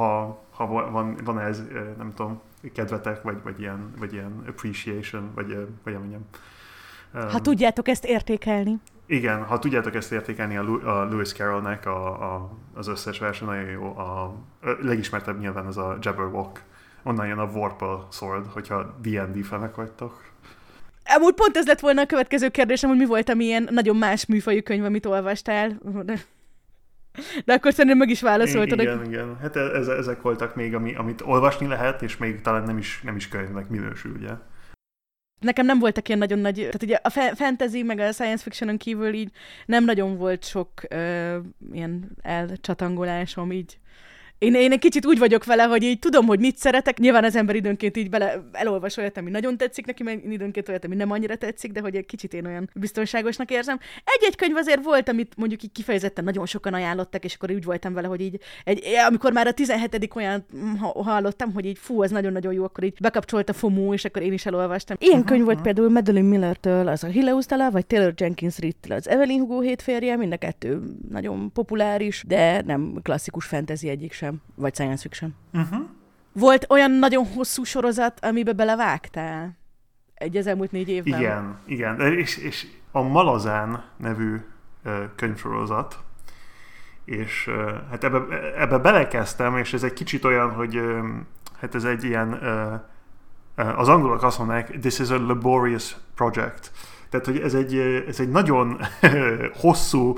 van ez, nem tudom, kedvetek, vagy ilyen appreciation, vagy hogyan mondjam. Ha tudjátok ezt értékelni. Igen, ha tudjátok ezt értékelni a Lewis Carrollnek az összes verse, nagyon jó. A legismertebb nyilván az a Jabberwock. Onnan jön a Vorpal Sword, hogyha D&D fenek vagytok. Amúgy pont ez lett volna a következő kérdésem, hogy mi volt, ami ilyen nagyon más műfajú könyv, amit olvastál. De akkor szerintem meg is válaszoltad. Igen. Hát ezek voltak még, amit olvasni lehet, és még talán nem is könyvnek minősül, ugye? Nekem nem voltak ilyen nagyon nagy, tehát ugye a fantasy meg a science fictionon kívül így nem nagyon volt sok ilyen elcsatangolásom így. Én egy kicsit úgy vagyok vele, hogy így tudom, hogy mit szeretek. Nyilván az ember időnként így elolvas olyat, ami nagyon tetszik neki, meg időnként olyat, ami nem annyira tetszik, de hogy egy kicsit én olyan biztonságosnak érzem. Egy-egy könyv azért volt, amit mondjuk így kifejezetten nagyon sokan ajánlottak, és akkor úgy voltam vele, hogy így amikor már a 17. olyan hallottam, hogy így fú, az nagyon-nagyon jó, akkor így bekapcsolt a FOMO, és akkor én is elolvastam. Ilyen könyv volt például Madeline Millertől az a Hilleus Dala, vagy Taylor Jenkins Reidtől az Evelyn Hugo hétférje, mind a kettő nagyon populáris, de nem klasszikus fantasy egyik sem. Vagy science fiction. Volt olyan nagyon hosszú sorozat, amiben belevágtál? Az elmúlt 4 évben. Igen. És a Malazán nevű könyvsorozat, és hát ebbe belekezdtem, és ez egy kicsit olyan, hogy hát ez egy ilyen, az angolok azt mondják, this is a laborious project. Tehát, hogy ez egy nagyon hosszú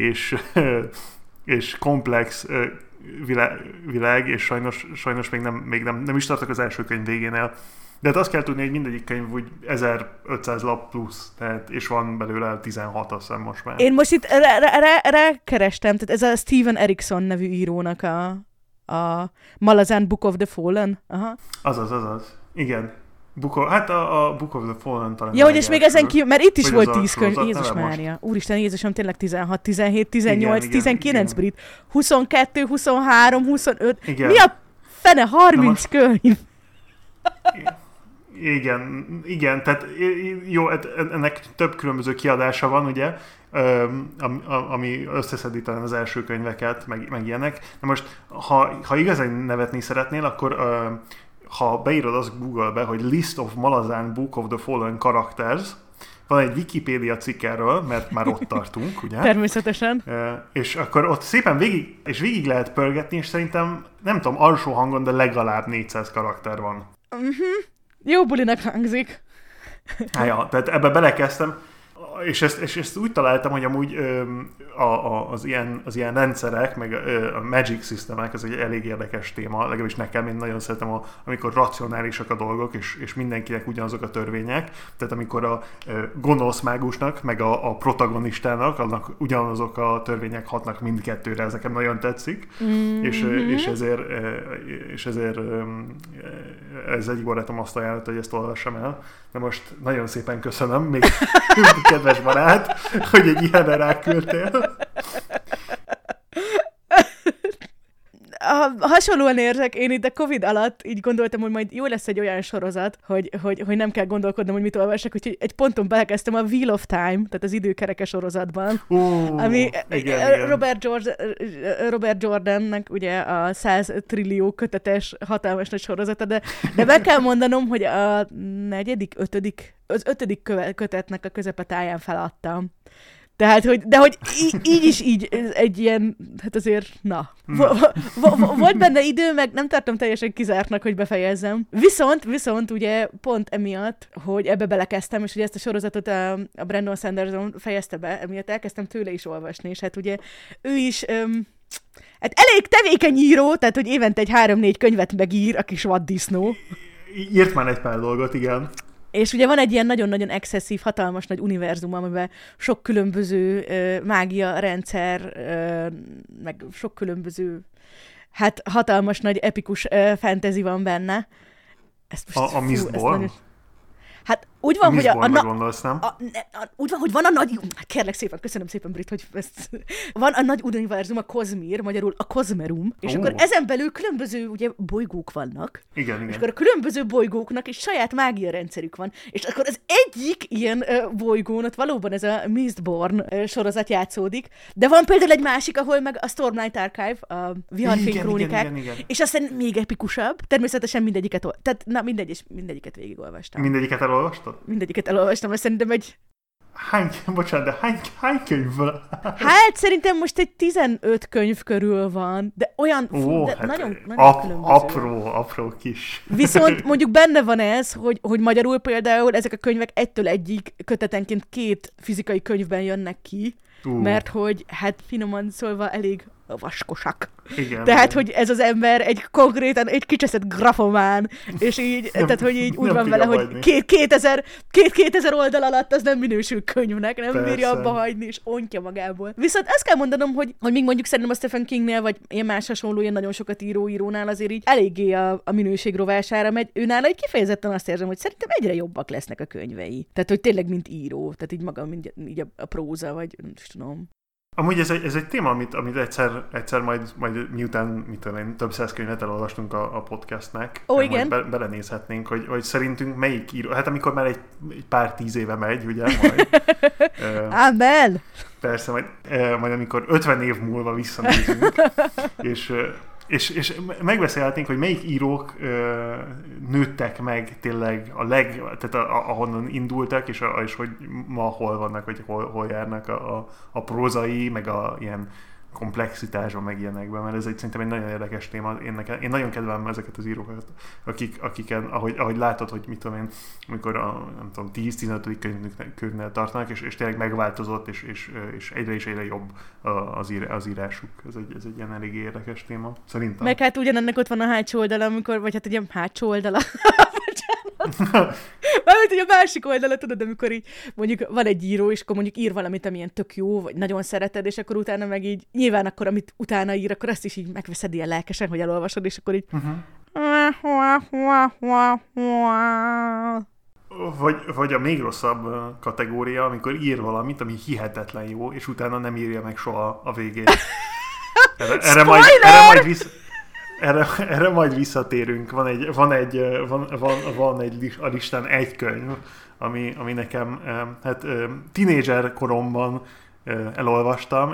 és komplex világ, és sajnos még nem is tartok az első könyv végénél. De hát azt kell tudni, hogy mindegyik könyv úgy 1500 lap plusz, tehát, és van belőle 16, azt hiszem most már. Én most itt rákerestem, tehát ez a Steven Erikson nevű írónak a Malazan Book of the Fallen. Aha. Azaz. Igen. A Book of the Fallen talán. Ja, hogy és még ezen kívül, mert itt is volt 10 könyv. Jézus Mária. Úristen, Jézusom, tényleg 16, 17, 18, igen, 19 igen. Brit, 22, 23, 25. Igen. Mi a fene 30 könyv? Igen, tehát jó, ennek több különböző kiadása van, ugye, ami összeszedi talán az első könyveket, meg ilyenek. Na most, ha igazán nevetni szeretnél, akkor ha beírod azt Google-be, hogy List of Malazan Book of the Fallen Characters, van egy Wikipédia cikk erről, mert már ott tartunk, ugye? Természetesen. És akkor ott szépen végig lehet pörgetni, és szerintem, nem tudom, alsó hangon, de legalább 400 karakter van. Jó bulinak hangzik. Tehát ebbe belekezdtem, és ezt úgy találtam, hogy amúgy az ilyen rendszerek, meg a magic systemek, ez egy elég érdekes téma, legalábbis nekem, én nagyon szeretem, amikor racionálisak a dolgok, és mindenkinek ugyanazok a törvények, tehát amikor a gonosz mágusnak, meg a protagonistának, annak ugyanazok a törvények hatnak mindkettőre, ez nekem nagyon tetszik, és ezért ez egy barátom azt ajánlott, hogy ezt olvassam el, de most nagyon szépen köszönöm, még kedves barát, hogy egy ilyenre ráküldtél. Hasonlóan érzek, én itt a Covid alatt így gondoltam, hogy majd jó lesz egy olyan sorozat, hogy nem kell gondolkodnom, hogy mit olvassak, úgyhogy egy ponton belekezdtem a Wheel of Time, tehát az időkereke sorozatban, ami igen. Robert Jordannek ugye a 100 trillió kötetes hatalmas nagy sorozata, de be kell mondanom, hogy a 5. kötetnek a közepetáján feladtam. Tehát, hogy így is egy ilyen, hát azért, volt benne idő, meg nem tartom teljesen kizártnak, hogy befejezzem. Viszont ugye pont emiatt, hogy ebbe belekezdtem, és ugye ezt a sorozatot a Brandon Sanderson fejezte be, emiatt elkezdtem tőle is olvasni, és hát ugye ő is hát elég tevékeny író, tehát hogy évente egy 3-4 könyvet megír, a kis vaddisznó. Írt már egy pár dolgot, igen. És ugye van egy ilyen nagyon-nagyon excesszív, hatalmas nagy univerzum, amiben sok különböző mágia rendszer, meg sok különböző, hát hatalmas nagy epikus fantasy van benne. Ezt most, a Mistborn? Hát úgy van, hogy úgy van, hogy van a nagy... Kérlek szépen, köszönöm szépen, Brit, hogy ezt... Van a nagy univerzum, a Cosmere, magyarul a Cosmerum, és akkor ezen belül különböző ugye bolygók vannak. Igen. És akkor a különböző bolygóknak is saját mágia rendszerük van. És akkor az egyik ilyen bolygón, ott valóban ez a Mistborn sorozat játszódik, de van például egy másik, ahol meg a Stormlight Archive, a Viharfény krónikák, igen. És aztán még epikusabb, természetesen mindegyiket, tehát mindegyiket végigolvastam. Mindegyiket elolvastad? Mindegyiket elolvastam, mert szerintem egy... Hány könyv van? Hát szerintem most egy 15 könyv körül van, de olyan hát nagyon különböző. Apró kis. Viszont mondjuk benne van ez, hogy magyarul például ezek a könyvek egytől egyig kötetenként 2 fizikai könyvben jönnek ki, mert hogy hát finoman szólva elég vaskosak. Igen, tehát, igen. hogy ez az ember egy konkrétan egy kicseszett grafomán, és így, tehát, hogy így úgy van vele, hogy 2000 oldal alatt az nem minősül könyvnek, nem Persze. bírja abba hagyni, és ontja magából. Viszont ezt kell mondanom, hogy még mondjuk szerintem a Stephen Kingnél, vagy ilyen más hasonló, ilyen nagyon sokat írónál azért így eléggé a minőség rovására megy. Őnála egy kifejezetten azt érzem, hogy szerintem egyre jobbak lesznek a könyvei. Tehát, hogy tényleg mint író, tehát így maga, mint így a próza, vagy nem is tudom. Amúgy ez egy téma, amit egyszer majd miután, mit tudom én, több száz könyvet elolvastunk a podcastnek, igen. Majd belenézhetnénk, hogy szerintünk melyik író, hát amikor már egy pár 10 éve megy, ugye, majd. Amen! Persze, majd amikor 50 év múlva visszanézünk, és megbeszélhetnénk, hogy melyik írók nőttek meg tényleg tehát ahonnan indultak, és hogy ma hol vannak, vagy hol járnak a prózai, meg a ilyen komplexitásban, meg ilyenekben, mert ez szerintem egy nagyon érdekes téma. Én nagyon kedvelem ezeket az írókat, akiken, ahogy látod, hogy mit tudom én, amikor nem tudom, 10-15. könyvnél tartanak, és tényleg megváltozott, és egyre jobb az írásuk. Ez egy ilyen elég érdekes téma, szerintem. Meg hát ugyanennek ott van a hátsó oldala, amikor, vagy hát egy hátsó oldala. Mármint, hogy a másik oldala, tudod, amikor így mondjuk van egy író, és akkor mondjuk ír valamit, amilyen tök jó, vagy nagyon szereted, és akkor utána meg így, nyilván akkor, amit utána ír, akkor azt is így megveszed ilyen lelkesen, hogy elolvasod, és akkor így... Vagy a még rosszabb kategória, amikor ír valamit, ami hihetetlen jó, és utána nem írja meg soha a végén. Erre majd visszatérünk. Van a listán egy könyv, ami nekem tínédzser koromban elolvastam,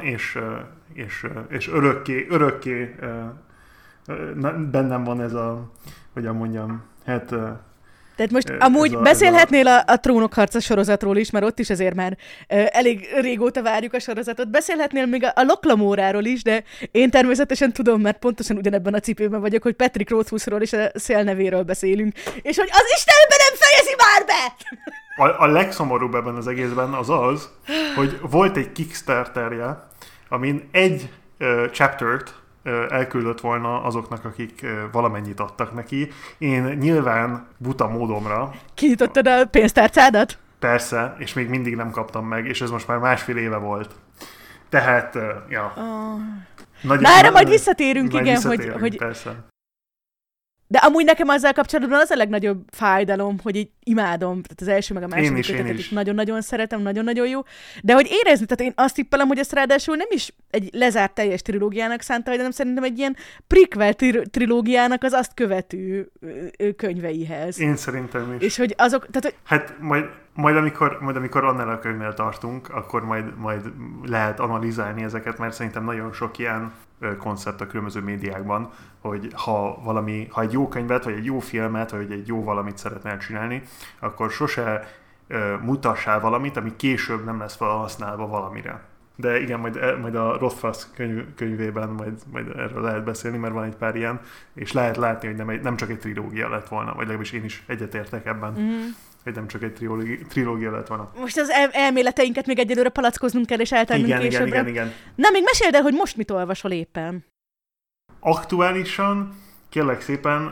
és örökké bennem van ez a, hogyan mondjam, tehát most amúgy beszélhetnél a Trónok harca sorozatról is, mert ott is azért már elég régóta várjuk a sorozatot. Beszélhetnél még a Loklamóráról is, de én természetesen tudom, mert pontosan ugyanebben a cipőben vagyok, hogy Patrick Rothfussról és a Szélnevéről beszélünk. És hogy az Istenben nem fejezi már be! A legszomorúbb ebben az egészben az, hogy volt egy Kickstarterje, amin egy chaptert elküldött volna azoknak, akik valamennyit adtak neki. Én nyilván buta módomra... Kinyitottad a pénztárcádat? Persze, és még mindig nem kaptam meg, és ez most már 1,5 éve volt. Tehát, ja. Na erre majd visszatérünk, igen, hogy... Persze. De amúgy nekem azzal kapcsolatban az a legnagyobb fájdalom, hogy így imádom, tehát az első meg a második kötetet is nagyon-nagyon szeretem, nagyon-nagyon jó, de hogy érezni, tehát én azt tippelem, hogy ezt ráadásul nem is egy lezárt teljes trilógiának szánta, hanem szerintem egy ilyen prequel trilógiának az azt követő könyveihez. Én szerintem is. És hogy azok, tehát hogy... Hát majd amikor annál a könyvnél tartunk, akkor majd lehet analizálni ezeket, mert szerintem nagyon sok ilyen koncept a különböző médiákban, hogy ha egy jó könyvet, vagy egy jó filmet, vagy egy jó valamit szeretnél csinálni, akkor sose mutassál valamit, ami később nem lesz felhasználva valamire. De igen, majd a Rothfuss könyvében majd erről lehet beszélni, mert van egy pár ilyen, és lehet látni, hogy nem csak egy trilógia lett volna, vagy legalábbis én is egyetértek ebben. Hogy nem csak egy trilógia lett volna. Most az elméleteinket még egyelőre palackoznunk kell, és eltárnunk későbbre. Igen. Na, még meséld el, hogy most mit olvasol éppen? Aktuálisan, kérlek szépen,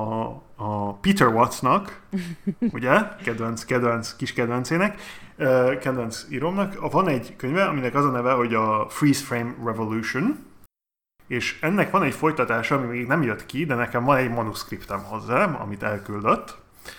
a Peter Wattsnak, ugye, kis kedvencének, kedvenc írómnak, van egy könyve, aminek az a neve, hogy a Freeze Frame Revolution, és ennek van egy folytatása, ami még nem jött ki, de nekem van egy manuszkriptem hozzá, amit elküldött.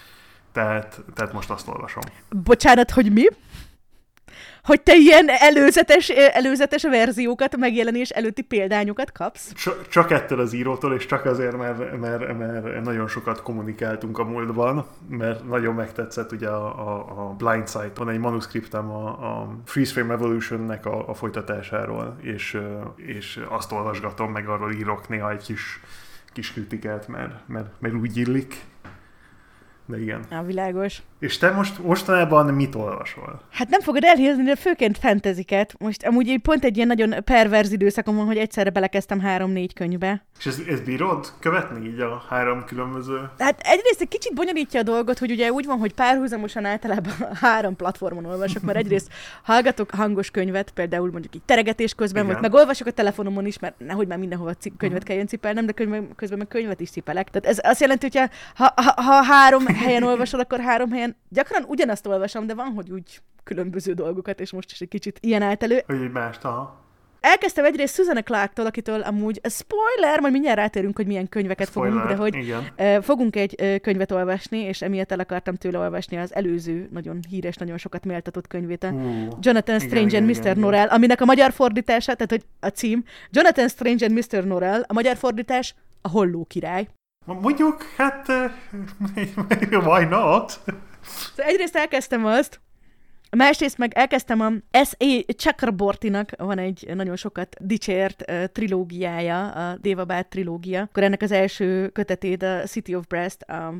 Tehát most azt olvasom. Bocsánat, hogy mi? Hogy te ilyen előzetes verziókat, megjelenés előtti példányokat kapsz? Csak ettől az írótól, és csak azért, mert nagyon sokat kommunikáltunk a múltban, mert nagyon megtetszett ugye a Blind Side. Van egy manuszkriptem a Freeze Frame Revolution-nek a folytatásáról, és azt olvasgatom, meg arról írok néha egy kis kritikát, mert úgy illik. De igen. Világos. És te mostanában mit olvasol? Hát nem fogod elhívni, de főként fantasyket. Most amúgy pont egy ilyen nagyon perverz időszakom van, hogy egyszerre belekezdtem 3-4 könyvbe. És ez bírod követni így a 3 különböző? Hát egyrészt egy kicsit bonyolítja a dolgot, hogy ugye úgy van, hogy párhuzamosan általában 3 platformon olvasok, mert egyrészt hallgatok hangos könyvet, például mondjuk így teregetés közben, vagy meg olvasok a telefonomon is, mert nehogy már mindenhova könyvet kelljen cipelnem, de közben meg könyvet is cipelek. Tehát ez azt jelenti, hogy ha 3 helyen olvasol, akkor 3 helyen gyakran ugyanazt olvasom, de van, hogy úgy különböző dolgokat, és most is egy kicsit ilyen állt elő. Hogy egy mást, Elkezdtem egyrészt Susanna Clarke-tól, akitől amúgy spoiler, majd mindjárt rátérünk, hogy milyen könyveket fogunk, de hogy fogunk egy könyvet olvasni, és emiatt el akartam tőle olvasni az előző, nagyon híres, nagyon sokat méltatott könyvét, Jonathan Strange and Mr. Norrell, aminek a magyar fordítása, tehát hogy a cím, Jonathan Strange and Mr. Norrell, a magyar fordítás a Holló király. Mondjuk, hát why not? Szóval egyrészt elkezdtem azt, másrészt meg elkezdtem a S.A. Chakrabortynak van egy nagyon sokat dicsért trilógiája, a Devabad trilógia. Akkor ennek az első kötetét, a City of Brest, a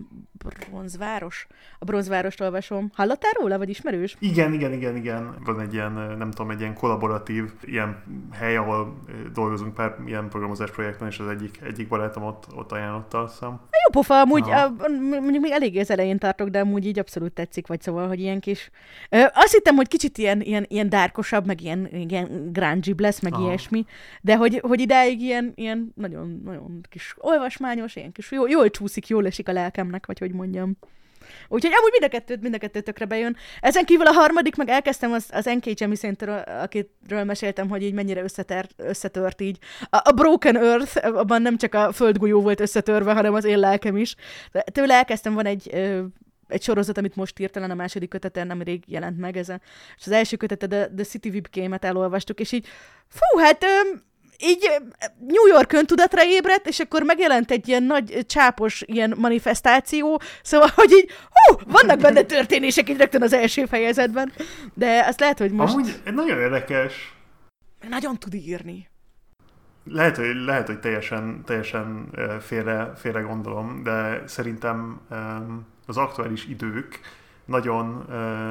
Bronzvárost olvasom. Hallottál róla, vagy ismerős? Igen. Van egy ilyen, nem tudom, egy ilyen kollaboratív ilyen hely, ahol dolgozunk pár ilyen programozás projekten, és az egyik barátom ott ajánlotta, azt hiszem. Jó pofa, amúgy mondjuk még eléggé az elején tartok, de amúgy így abszolút tetszik, vagy szóval, hogy ilyen kis... Azt hittem, hogy kicsit ilyen dárkosabb, meg ilyen grungy lesz, meg ilyesmi, de hogy idáig ilyen nagyon, nagyon kis olvasmányos, ilyen kis jól csúszik, jól esik a lelkemnek, vagy hogy mondjam. Úgyhogy amúgy mind a kettő tökre bejön. Ezen kívül a harmadik, meg elkezdtem az N.K. Jemisin-től, akitről meséltem, hogy így mennyire összetört így. A Broken Earth, abban nem csak a földgolyó volt összetörve, hanem az én lelkem is. De tőle elkezdtem, van egy sorozat, amit most írt, talán a második kötete nemrég jelent meg, és az első kötete The City Webcam-et elolvastuk, és így így New York tudatra ébredt, és akkor megjelent egy ilyen nagy csápos ilyen manifestáció, szóval, hogy így, vannak benne történések így rögtön az első fejezetben, de azt lehet, hogy most... Amúgy nagyon érdekes. Nagyon tud írni. Lehet, hogy teljesen félre gondolom, de szerintem az aktuális idők nagyon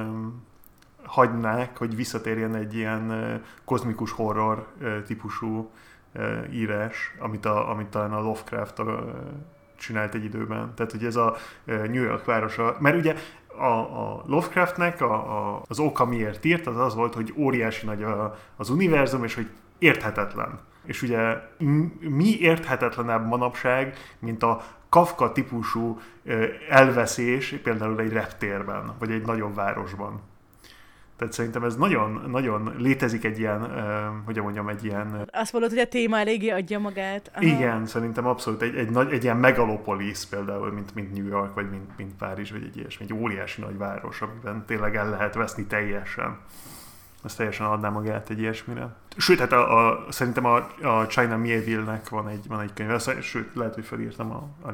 hagynák, hogy visszatérjen egy ilyen kozmikus horror típusú írás, amit talán a Lovecraft csinált egy időben. Tehát, hogy ez a New York városa, mert ugye a Lovecraftnek az oka miért írt, az volt, hogy óriási nagy az univerzum, és hogy érthetetlen. És ugye mi érthetetlenebb manapság, mint a Kafka típusú elveszés például egy reptérben, vagy egy nagyobb városban. Tehát szerintem ez nagyon, nagyon létezik egy ilyen, hogy mondjam, egy ilyen... Azt mondod, hogy a téma eléggé adja magát. Aha. Igen, szerintem abszolút egy ilyen megalopolis például, mint New York, vagy mint Párizs, vagy egy ilyesmi, egy óriási nagy város, amiben tényleg el lehet veszni teljesen. Az teljesen adná magát egy ilyesmire. Sőt, hát szerintem a China Miéville-nek van egy könyve, sőt, lehet, hogy felírtam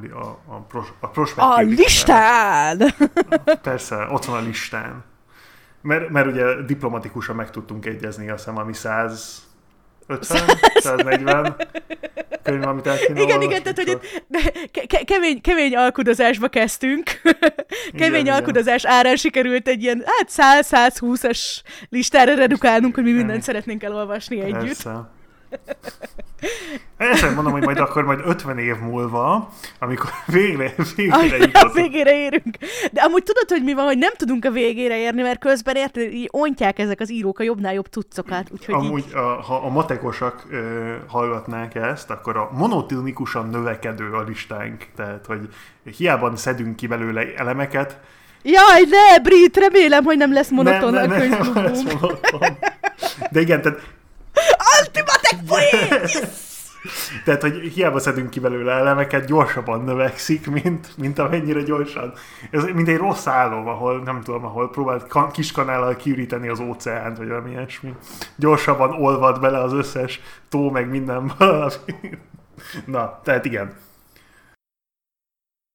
a prospektív. A listán! Persze, ott van a listán. Mert ugye diplomatikusan meg tudtunk egyezni, azt hiszem, ami 140 könyv, amit el kéne olvasni. Igen, tehát hogy kemény alkudozásba kezdtünk. Kemény alkudozás árán sikerült egy ilyen 100-120-as listára redukálnunk, hogy mi mindent szeretnénk elolvasni együtt. Persze. Ezt mondom, hogy majd 50 év múlva, amikor végére jutottunk. Végére érünk. De amúgy tudod, hogy mi van, hogy nem tudunk a végére érni, mert közben így ontják ezek az írók a jobbnál jobb cuccokat. Amúgy, ha a matekosak hallgatnák ezt, akkor a monotonikusan növekedő a listánk. Tehát, hogy hiába szedünk ki belőle elemeket. Jaj, ne, Brit, remélem, hogy nem lesz monoton a könyvklubunk. De igen, tehát Ultimate poén! Yes! Tehát, hogy hiába szedünk ki belőle elemeket, gyorsabban növekszik, mint amennyire gyorsan. Ez mint egy rossz álom, ahol próbált kis kanállal kiüríteni az óceánt, vagy valami ilyesmi. Gyorsabban olvad bele az összes tó, meg minden valami. Na, tehát igen.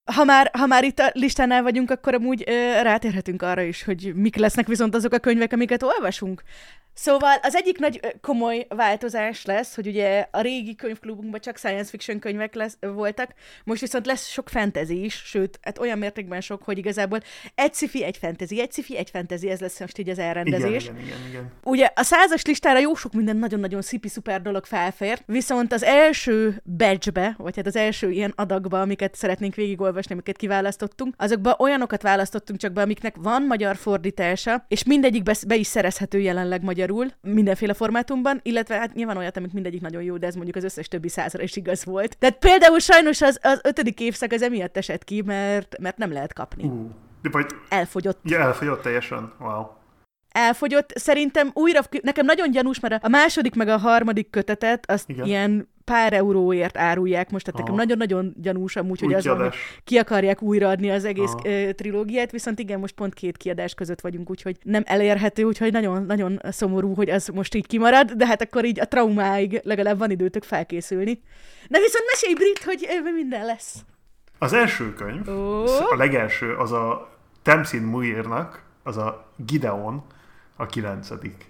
Ha már itt a listánál vagyunk, akkor amúgy rátérhetünk arra is, hogy mik lesznek viszont azok a könyvek, amiket olvasunk. Szóval az egyik nagy komoly változás lesz, hogy ugye a régi könyvklubunkban csak science fiction könyvek voltak, most viszont lesz sok fantasy is, sőt, hát olyan mértékben sok, hogy igazából egy sci-fi, egy fantasy, ez lesz most így az elrendezés. Igen. Ugye a 100-as listára jó sok minden nagyon-nagyon szipi-szuper dolog felfér, viszont az első batchbe, vagy hát az első ilyen adagba, amiket szeretnénk végigolvasni, amiket kiválasztottunk, azokba olyanokat választottunk csak be, amiknek van magyar fordítása, és mindegyik be is szerezhető jelenleg magyarul, mindenféle formátumban, illetve hát nyilván olyat, amik mindegyik nagyon jó, de ez mondjuk az összes többi 100-ra is igaz volt. Tehát például sajnos az 5. évszak az emiatt esett ki, mert nem lehet kapni. Elfogyott. Ja, elfogyott teljesen. Wow. Elfogyott. Szerintem nekem nagyon gyanús, mert a második meg a harmadik kötetet azt ilyen pár euróért árulják most, tehát nekem nagyon-nagyon gyanús amúgy, hogy az van, hogy ki akarják újraadni az egész trilógiát, viszont igen, most pont 2 kiadás között vagyunk, úgyhogy nem elérhető, úgyhogy nagyon-nagyon szomorú, hogy az most így kimarad, de hát akkor így a traumáig legalább van időtök felkészülni. Na viszont mesélj, Brit, hogy minden lesz. Az első könyv, a legelső, az a Tamsin Muirnak, az a Gideon, a 9.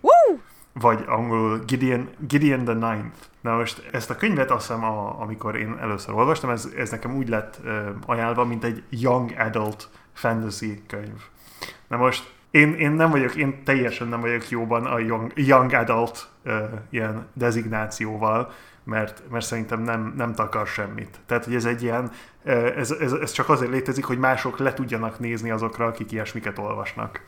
Vagy angolul Gideon the Ninth. Na most ezt a könyvet azt hiszem, amikor én először olvastam, ez nekem úgy lett ajánlva, mint egy young adult fantasy könyv. Na most én teljesen nem vagyok jóban a young adult ilyen dezignációval, mert szerintem nem takar semmit. Tehát, hogy ez egy ilyen, ez csak azért létezik, hogy mások le tudjanak nézni azokra, akik ilyesmiket olvasnak.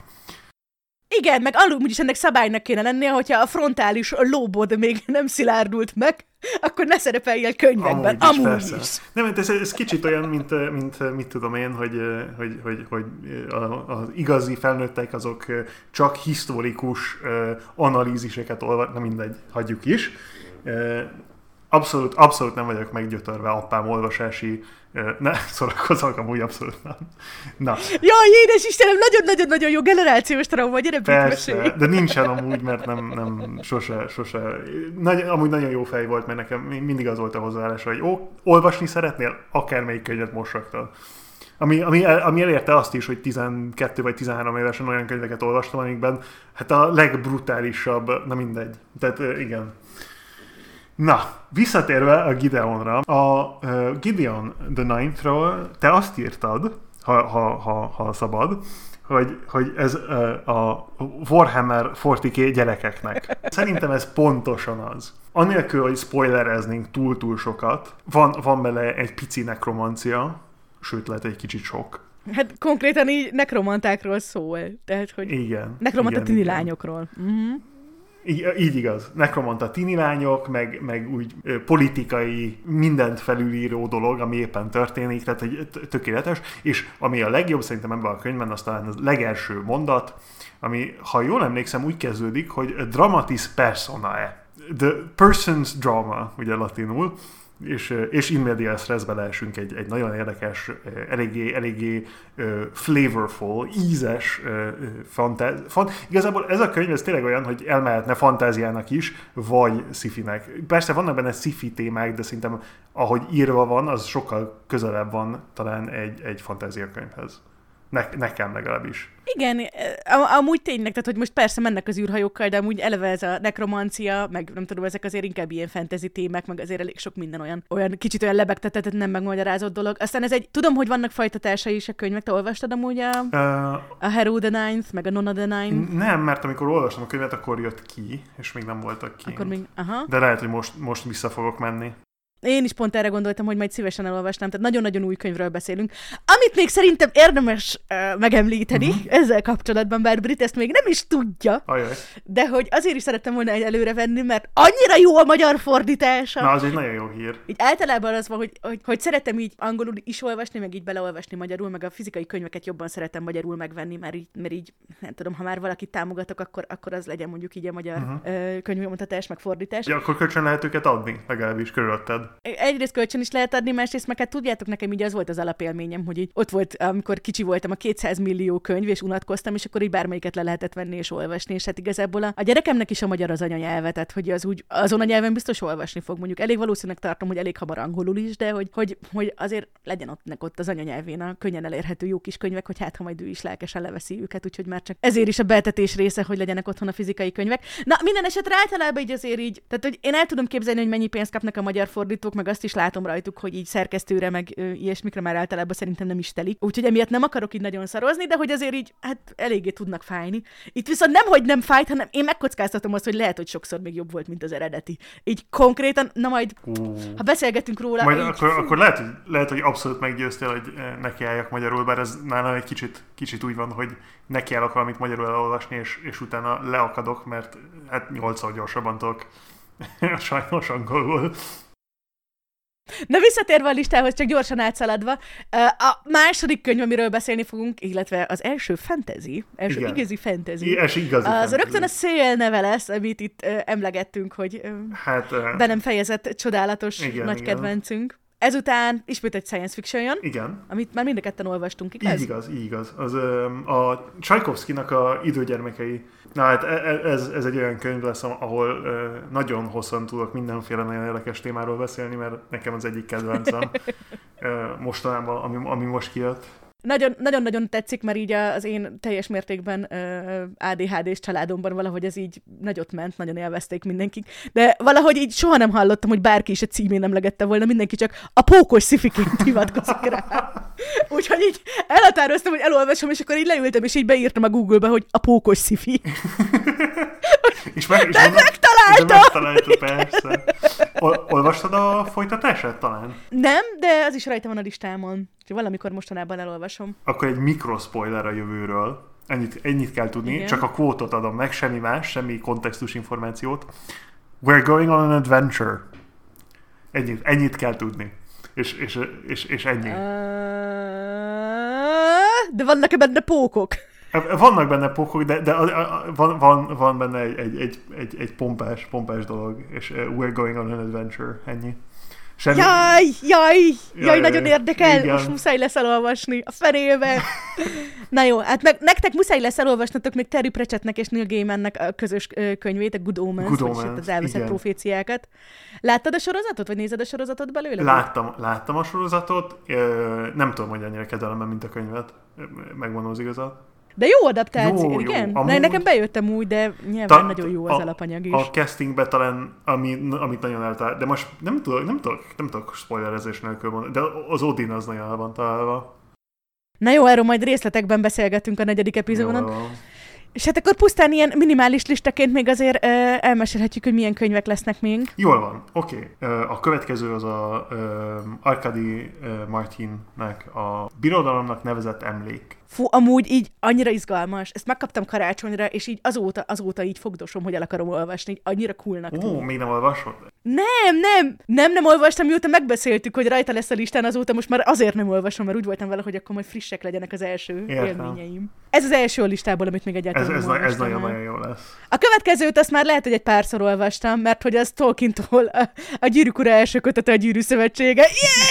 Igen, meg amúgy is ennek szabálynak kéne lennie, hogyha a frontális lóbod még nem szilárdult meg, akkor ne szerepeljél könyvekben. Amúgy is. Nem, ez kicsit olyan, mint mit tudom én, hogy az igazi felnőttek azok csak historikus analíziseket olvasnak, mindegy, hagyjuk is. Abszolút nem vagyok meggyötörve apám olvasási, ne szórakozok, amúgy abszolút nem. Na. Jaj, édes Istenem, nagyon-nagyon jó generációs trauma, gyere mesélj. De nincsen amúgy, mert nem sose. Amúgy nagyon jó fej volt, mert nekem mindig az volt a hozzáállása, hogy olvasni szeretnél, akármelyik könyvet most raktad. Ami elérte azt is, hogy 12 vagy 13 évesen olyan könyveket olvastam, amikben hát a legbrutálisabb, na mindegy. Tehát igen. Na, visszatérve a Gideonra, a Gideon the Ninth-ról te azt írtad, ha szabad, hogy ez a Warhammer 40K gyerekeknek. Szerintem ez pontosan az. Anélkül, hogy spoilereznénk túl sokat, van bele egy pici nekromancia, sőt, lehet egy kicsit sok. Hát konkrétan így nekromantákról szól. Tehát, hogy igen. Nekromanta tini lányokról. Így igaz. Nekromanta tini lányok, meg úgy politikai, mindent felülíró dolog, ami éppen történik, tehát egy tökéletes, és ami a legjobb szerintem ebben a könyvben, az talán a legelső mondat, ami, ha jól emlékszem, úgy kezdődik, hogy dramatis personae. The person's drama, ugye latinul, és in medias resbe leesünk egy nagyon érdekes, eléggé flavorful, ízes igazából ez a könyv ez tényleg olyan, hogy elmehetne fantáziának is, vagy sci-finek. Persze vannak benne sci-fi témák, de szerintem ahogy írva van, az sokkal közelebb van talán egy fantáziakönyvhez. Nekem legalábbis. Igen, amúgy tényleg, tehát hogy most persze mennek az űrhajókkal, de amúgy eleve ez a nekromancia, meg nem tudom, ezek azért inkább ilyen fantasy témák, meg azért elég sok minden olyan kicsit olyan lebegtetett, nem megmagyarázott dolog. Aztán tudom, hogy vannak folytatásai is a könyvek, te olvastad amúgy a Hero the Ninth, meg a Nona the Ninth? Nem, mert amikor olvastam a könyvet, akkor jött ki, és még nem voltak ki. De lehet, hogy most vissza fogok menni. Én is pont erre gondoltam, hogy majd szívesen elolvasnám, tehát nagyon-nagyon új könyvről beszélünk. Amit még szerintem érdemes megemlíteni ezzel kapcsolatban, bár Brit ezt még nem is tudja, de hogy azért is szerettem volna előrevenni, mert annyira jó a magyar fordítása. Na, az egy nagyon jó hír. Így általában az van, hogy szeretem így angolul is olvasni, meg így beleolvasni magyarul, meg a fizikai könyveket jobban szeretem magyarul megvenni, mert így nem tudom, ha már valakit támogatok, akkor az legyen mondjuk így a magyar könyvbemutatás, meg fordítás. Ja, akkor kölcsön lehet őket adni, legalábbis körülötted. Egyrészt kölcsön is lehet adni, másrészt meg hát tudjátok, nekem így az volt az alapélményem, hogy így ott volt, amikor kicsi voltam, a 200 millió könyv, és unatkoztam, és akkor így bármelyiket le lehetett venni és olvasni, és hát igazából a gyerekemnek is a magyar az anyanyelve, tehát hogy az úgy azon a nyelven biztos olvasni fog, mondjuk elég valószínűleg tartom, hogy elég hamar angolul is, de hogy azért legyen ott az anyanyelvén a könnyen elérhető jó kis könyvek, hogy hát ha majd ő is lelkesen leveszi őket, úgyhogy már csak ezért is a betetés része, hogy legyenek otthon a fizikai könyvek. Na, minden esetre általában így azért így, tehát hogy én el tudom képzelni, hogy mennyi pénzt kapnak a magyar fordítók, meg azt is látom rajtuk, hogy így szerkesztőre, meg ilyesmikre már általában szerintem nem is telik. Úgyhogy emiatt nem akarok így nagyon szarozni, de hogy azért így hát eléggé tudnak fájni. Itt viszont nem, hogy nem fájt, hanem én megkockáztatom azt, hogy lehet, hogy sokszor még jobb volt, mint az eredeti. Így konkrétan, na majd, ha beszélgetünk róla... Majd így, akkor lehet, hogy abszolút meggyőztél, hogy nekiálljak magyarul, bár ez nálam egy kicsit úgy van, hogy nekiállok valamit magyarul elolvasni, és utána leakadok, mert hát 8-szor gyorsabban tudok sajnos angolul. Na visszatérve a listához, csak gyorsan átszaladva, a második könyv, amiről beszélni fogunk, illetve az első fantasy, igazi fantasy, az rögtön a Szél neve lesz, amit itt emlegettünk, hogy be nem fejezett csodálatos nagy kedvencünk. Ezután ismét egy science fiction jön, igen, amit már mind a ketten olvastunk, igaz? Így igaz. Az a Csajkovszkinak a Időgyermekei. Na hát ez egy olyan könyv lesz, ahol nagyon hosszan tudok mindenféle nagyon érdekes témáról beszélni, mert nekem az egyik kedvencem mostanában, ami most kijött. Nagyon-nagyon tetszik, mert így az én teljes mértékben ADHD-s családomban valahogy ez így nagyot ment, nagyon élvezték mindenkik. De valahogy így soha nem hallottam, hogy bárki is a címén emlegette volna, mindenki csak a pókos szifiként hivatkozik rá. Úgyhogy így elhatároztam, hogy elolvasom, és akkor így leültem, és így beírtam a Google-be, hogy a pókos szifi. De megtalálta, persze. Olvastad a folytatását talán? Nem, de az is rajta van a listámon. Valamikor mostanában elolvasom. Akkor egy mikrospoiler a jövőről. Ennyit kell tudni, igen. Csak a quote-ot adom meg, semmi más, semmi kontextus információt. We're going on an adventure. Ennyit kell tudni. És ennyi. De vannak-e benne pókok? Vannak benne pókok, de van benne egy pompás dolog, és we're going on an adventure, ennyi. Semmi... Jaj, nagyon érdekel, igen. Most muszáj lesz elolvasni, a fenébe. Na jó, hát nektek muszáj lesz elolvasnatok még Terry Pratchettnek és Neil Gaimannek a közös könyvét, a Good Omens, vagyis az elveszett proféciákat. Láttad a sorozatot, vagy nézed a sorozatot belőle? Láttam a sorozatot, nem tudom, hogy annyira kedvelem, mint a könyvet, megmondom az igazat. De jó adaptáció, igen? Amúgy... Nekem bejöttem úgy, de nyilván nagyon jó az alapanyag is. A castingbe talán, amit nagyon eltalált, de most nem tudok spoilerezés nélkül mondani, de az Odin az nagyon el van találva. Na jó, erről majd részletekben beszélgetünk a 4. epizódon. És hát akkor pusztán ilyen minimális listaként még azért elmesélhetjük, hogy milyen könyvek lesznek még. Jól van, oké. A következő az a Arkady Martinnek a Birodalomnak nevezett emlék. Fú, amúgy így annyira izgalmas. Ezt megkaptam karácsonyra, és így azóta így fogdosom, hogy el akarom olvasni. Annyira coolnak tűnik. Még nem olvasod? Nem olvastam, mióta megbeszéltük, hogy rajta lesz a listán, azóta most már azért nem olvasom, mert úgy voltam vele, hogy akkor majd frissek legyenek az első élményeim. Ez az első a listából, amit még egyáltalán nem olvastam. Ez nagyon jó lesz. A következőt azt már lehet, hogy egy párszor olvastam, mert hogy az Tolkien-tól a Gyűrűk ura első kötete a Gyűrű szövetsége.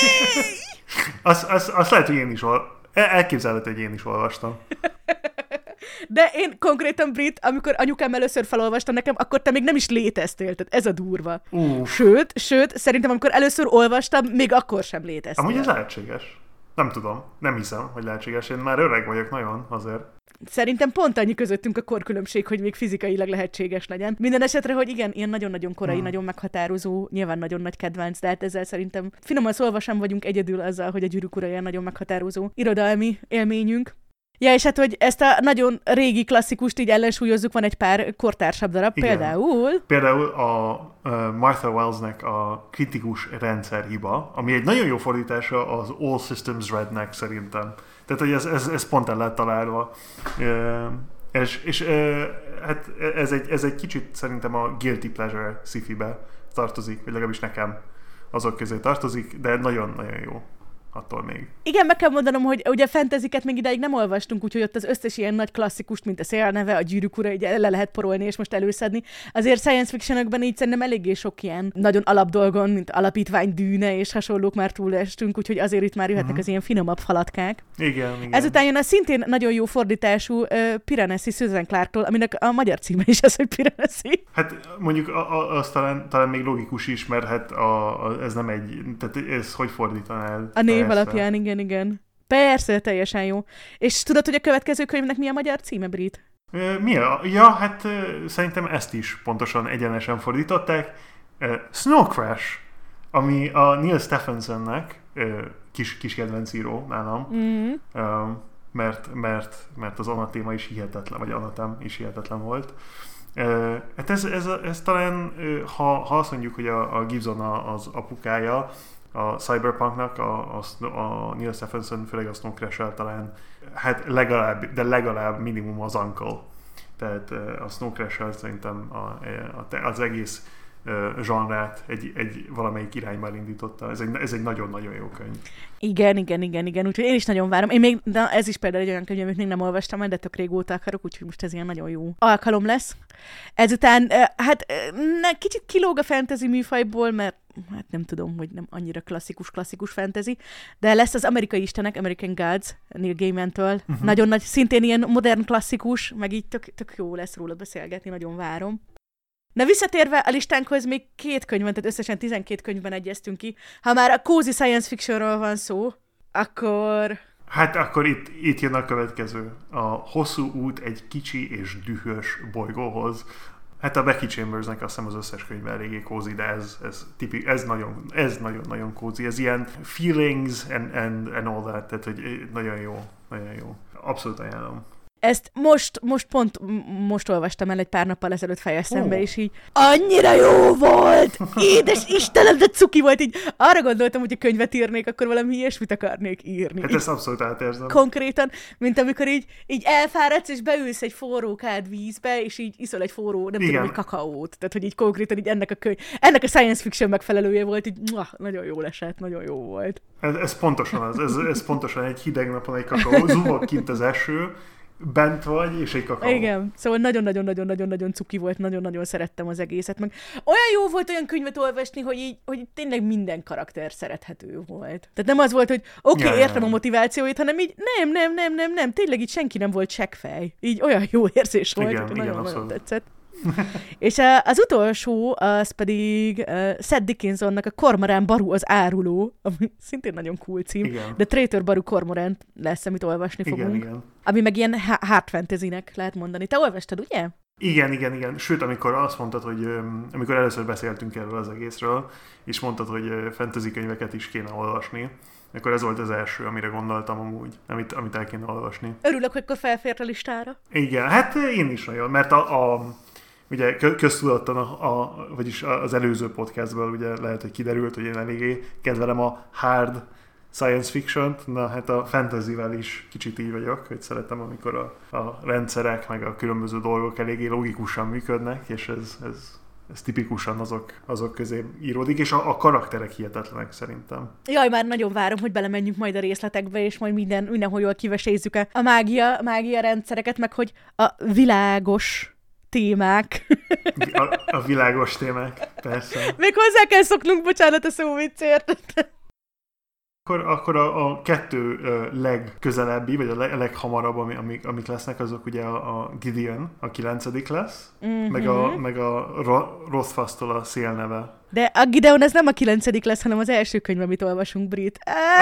Azt lehet, hogy én is elképzelhető, hogy én is olvastam. De én konkrétan, Brit, amikor anyukám először felolvasta nekem, akkor te még nem is léteztél, tehát ez a durva. Sőt, szerintem amikor először olvastam, még akkor sem léteztél. Amúgy ez lehetséges. Nem tudom, nem hiszem, hogy lehetséges. Én már öreg vagyok nagyon azért. Szerintem pont annyi közöttünk a korkülönbség, hogy még fizikailag lehetséges legyen. Minden esetre, hogy igen, ilyen nagyon-nagyon korai, nagyon meghatározó, nyilván nagyon nagy kedvenc, de hát ezzel szerintem finoman szólva sem vagyunk egyedül azzal, hogy a Gyűrűk ura ilyen nagyon meghatározó irodalmi élményünk. Ja, és hát, hogy ezt a nagyon régi klasszikust így ellensúlyozzuk, van egy pár kortársabb darab, Például a Martha Wellsnek a Kritikus rendszerhiba, ami egy nagyon jó fordítása az All Systems Rednek szerintem. Tehát, hogy ez pont el lett találva. És hát ez egy kicsit szerintem a guilty pleasure sci-fibe tartozik, vagy legalábbis nekem azok közé tartozik, de nagyon-nagyon jó. attól még. Igen, meg kell mondanom, hogy ugye a fantasyket még ideig nem olvastunk, úgyhogy ott az összes ilyen nagy klasszikust, mint a Szélneve, a Gyűrűk ura, így le lehet porolni és most előszedni. Azért science fictionokban így szerintem eléggé sok ilyen nagyon alapdolgon, mint Alapítvány Dűne és hasonlók már túlestünk, úgyhogy azért itt már jöhetnek az ilyen finomabb falatkák. Igen. Ezután jön a szintén nagyon jó fordítású Piranesi Susan Clarktól, aminek a magyar címe is az, hogy Piranesi. Hát mondjuk az talán még logikus is, mert hát ez nem egy, tehát ez hogy fordítanál? A név alapján, igen. Persze, teljesen jó. És tudod, hogy a következő könyvnek mi a magyar címe, Brit? Mi a? Ja, hát szerintem ezt is pontosan egyenesen fordították. Snow Crash, ami a Neil Stephensonnek kis kedvenc író nálam, mert az anatéma is hihetetlen, vagy anatem is hihetetlen volt. Hát ez talán, ha azt mondjuk, hogy a Gibson az apukája a Cyberpunknak, a Neil Stephenson, főleg a Snow Crash-el talán, hát legalább minimum az uncle. Tehát a Snow Crash-el szerintem az egész zsanrát egy valamelyik irányba indította. Ez egy nagyon-nagyon jó könyv. Igen. Úgyhogy én is nagyon várom. Ez is például egy olyan könyv, amit még nem olvastam el, de tök régóta akarok, úgyhogy most ez ilyen nagyon jó alkalom lesz. Ezután, kicsit kilóg a fantasy műfajból, mert hát nem tudom, hogy nem annyira klasszikus fantasy, de lesz az Amerikai Istenek, American Gods, Neil Gaimantől. Nagyon nagy, szintén ilyen modern klasszikus, meg így tök jó lesz róla beszélgetni, nagyon várom. Na visszatérve a listánkhoz még 2 könyv van, tehát összesen 12 könyvben egyeztünk ki. Ha már a cozy science fictionról van szó, akkor... Hát akkor itt jön a következő. A Hosszú út egy kicsi és dühös bolygóhoz. Hát a Becky Chambersnek azt hiszem az összes könyve eléggé cozy, de ez nagyon cozy. Ez ilyen feelings and all that, tehát hogy nagyon jó. Abszolút ajánlom. Ezt most olvastam el, egy pár nappal ezelőtt fejeztem be, és így annyira jó volt! Édes Istenem, de cuki volt! Így arra gondoltam, hogy a könyvet írnék, akkor valami ilyesmit akarnék írni. Hát ezt abszolút átérzem. Konkrétan, mint amikor így elfáradsz, és beülsz egy forró kád vízbe, és így iszol egy forró, nem tudom, egy kakaót. Tehát, hogy így konkrétan így ennek a science fiction megfelelője volt, így nagyon jól esett, nagyon jó volt. Ez pontosan az. Ez pontosan egy hideg napon egy kakaó, zúgok kint az eső, bent vagy, és egy kakaó. Igen, szóval nagyon-nagyon cuki volt, nagyon-nagyon szerettem az egészet, meg olyan jó volt olyan könyvet olvasni, hogy tényleg minden karakter szerethető volt. Tehát nem az volt, hogy értem a motivációit, hanem így nem, tényleg így senki nem volt seggfej. Így olyan jó érzés volt, hogy nagyon tetszett. És az utolsó, az pedig Seth Dickinsonnak a Cormoran Baru az áruló, ami szintén nagyon cool cím, igen. de Traitor Baru Cormorant lesz, amit olvasni fogunk. Igen. Ami meg ilyen hard fantasynek lehet mondani. Te olvastad, ugye? Igen. Sőt, amikor azt mondtad, hogy amikor először beszéltünk erről az egészről, és mondtad, hogy fantasy könyveket is kéne olvasni, akkor ez volt az első, amire gondoltam amúgy, amit el kéne olvasni. Örülök, hogy akkor felfért a listára. Igen, hát én is nagyon, mert ugye köztudottan, vagyis az előző podcastből ugye lehet, hogy kiderült, hogy én eléggé kedvelem a hard science fiction-t, na hát a fantasyvel is kicsit így vagyok, hogy szeretem, amikor a rendszerek, meg a különböző dolgok eléggé logikusan működnek, és ez tipikusan azok közé íródik, és a karakterek hihetetlenek szerintem. Jaj, már nagyon várom, hogy belemenjünk majd a részletekbe, és majd mindenhol jól kivesézzük a mágia rendszereket, meg hogy a világos témák. A világos témák, persze. Még hozzá kell szoknunk, bocsánat a szóviccért. Akkor a 2 legközelebbi, vagy a leghamarabb, amik lesznek, azok ugye a Gideon, a 9. lesz, meg a Rothfuss-tól a Szélneve. De a Gideon ez nem a 9. lesz, hanem az első könyv, amit olvasunk, Brit.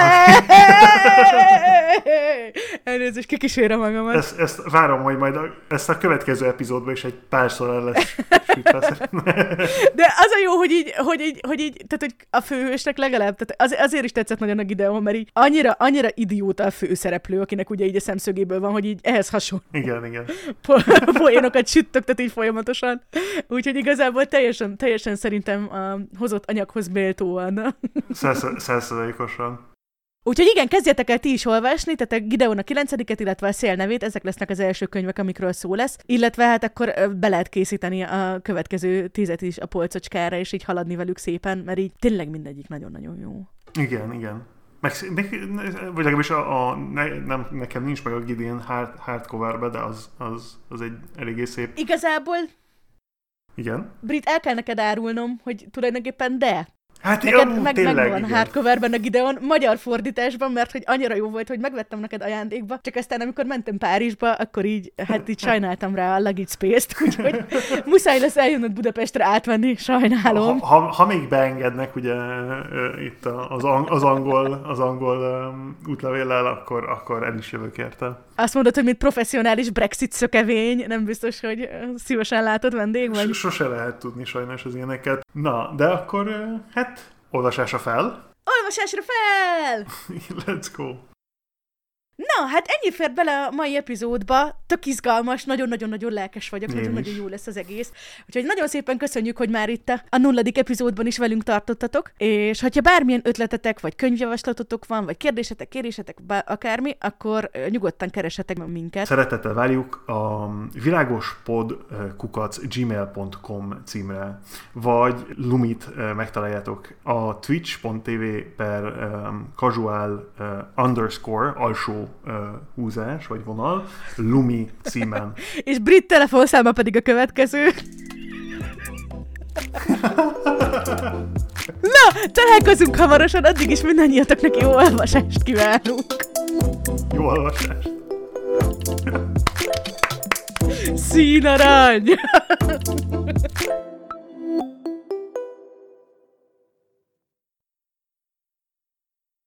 Elnézést, kikísérem magamat. Ezt várom, hogy majd ezt a következő epizódban is egy párszor el lesz sütve. De az a jó, hogy így, tehát hogy a főhősnek legalább, tehát azért is tetszett nagyon a Gideon, mert így annyira idióta a főszereplő, akinek ugye így a szemszögéből van, hogy így ehhez hasonló. Igen. Poénokat süttök, így folyamatosan. Úgyhogy igazából teljesen szerintem a hozott anyaghoz méltóan. 100%-osan. Úgyhogy igen, kezdjetek el ti is olvasni, tehát a Gideon a 9-et, illetve a Szélnevét, ezek lesznek az első könyvek, amikről szó lesz, illetve hát akkor be lehet készíteni a következő 10 is a polcocskára, és így haladni velük szépen, mert így tényleg mindegyik nagyon-nagyon jó. Igen. vagy legalábbis nekem nincs meg a Gideon hardcoverbe, de az egy eléggé szép. Igazából igen. Brit, el kell neked árulnom, hogy tulajdonképpen Hát neked megvan hardcoverben a Gideon, magyar fordításban, mert hogy annyira jó volt, hogy megvettem neked ajándékba, csak aztán amikor mentem Párizsba, akkor így sajnáltam rá a luggage space-t, úgyhogy muszáj lesz eljönnöd Budapestre átvenni, sajnálom. Ha még beengednek ugye itt az angol útlevéllel, akkor el is jövök érte. Azt mondod, hogy mint professzionális Brexit szökevény, nem biztos, hogy szívesen látod vendég vagy? Sose lehet tudni sajnos az ilyeneket. Na, de akkor olvasásra fel. Olvasásra fel! Let's go! Na, hát ennyi fért bele a mai epizódba, tök izgalmas, nagyon-nagyon-nagyon lelkes vagyok, nagyon-nagyon jó lesz az egész. Úgyhogy nagyon szépen köszönjük, hogy már itt a 0. epizódban is velünk tartottatok, és hogyha bármilyen ötletetek, vagy könyvjavaslatotok van, vagy kérdésetek, kérésetek, akármi, akkor nyugodtan keressetek minket. Szeretettel várjuk a világospod@gmail.com címre, vagy Lumit megtaláljátok a twitch.tv/casual_ alsó húzás, vagy vonal, Lumi címen. És Brit telefonszáma pedig a következő. Na, találkozunk hamarosan, addig is mindannyiatoknak jó olvasást kívánunk. Jó olvasást! Színarany!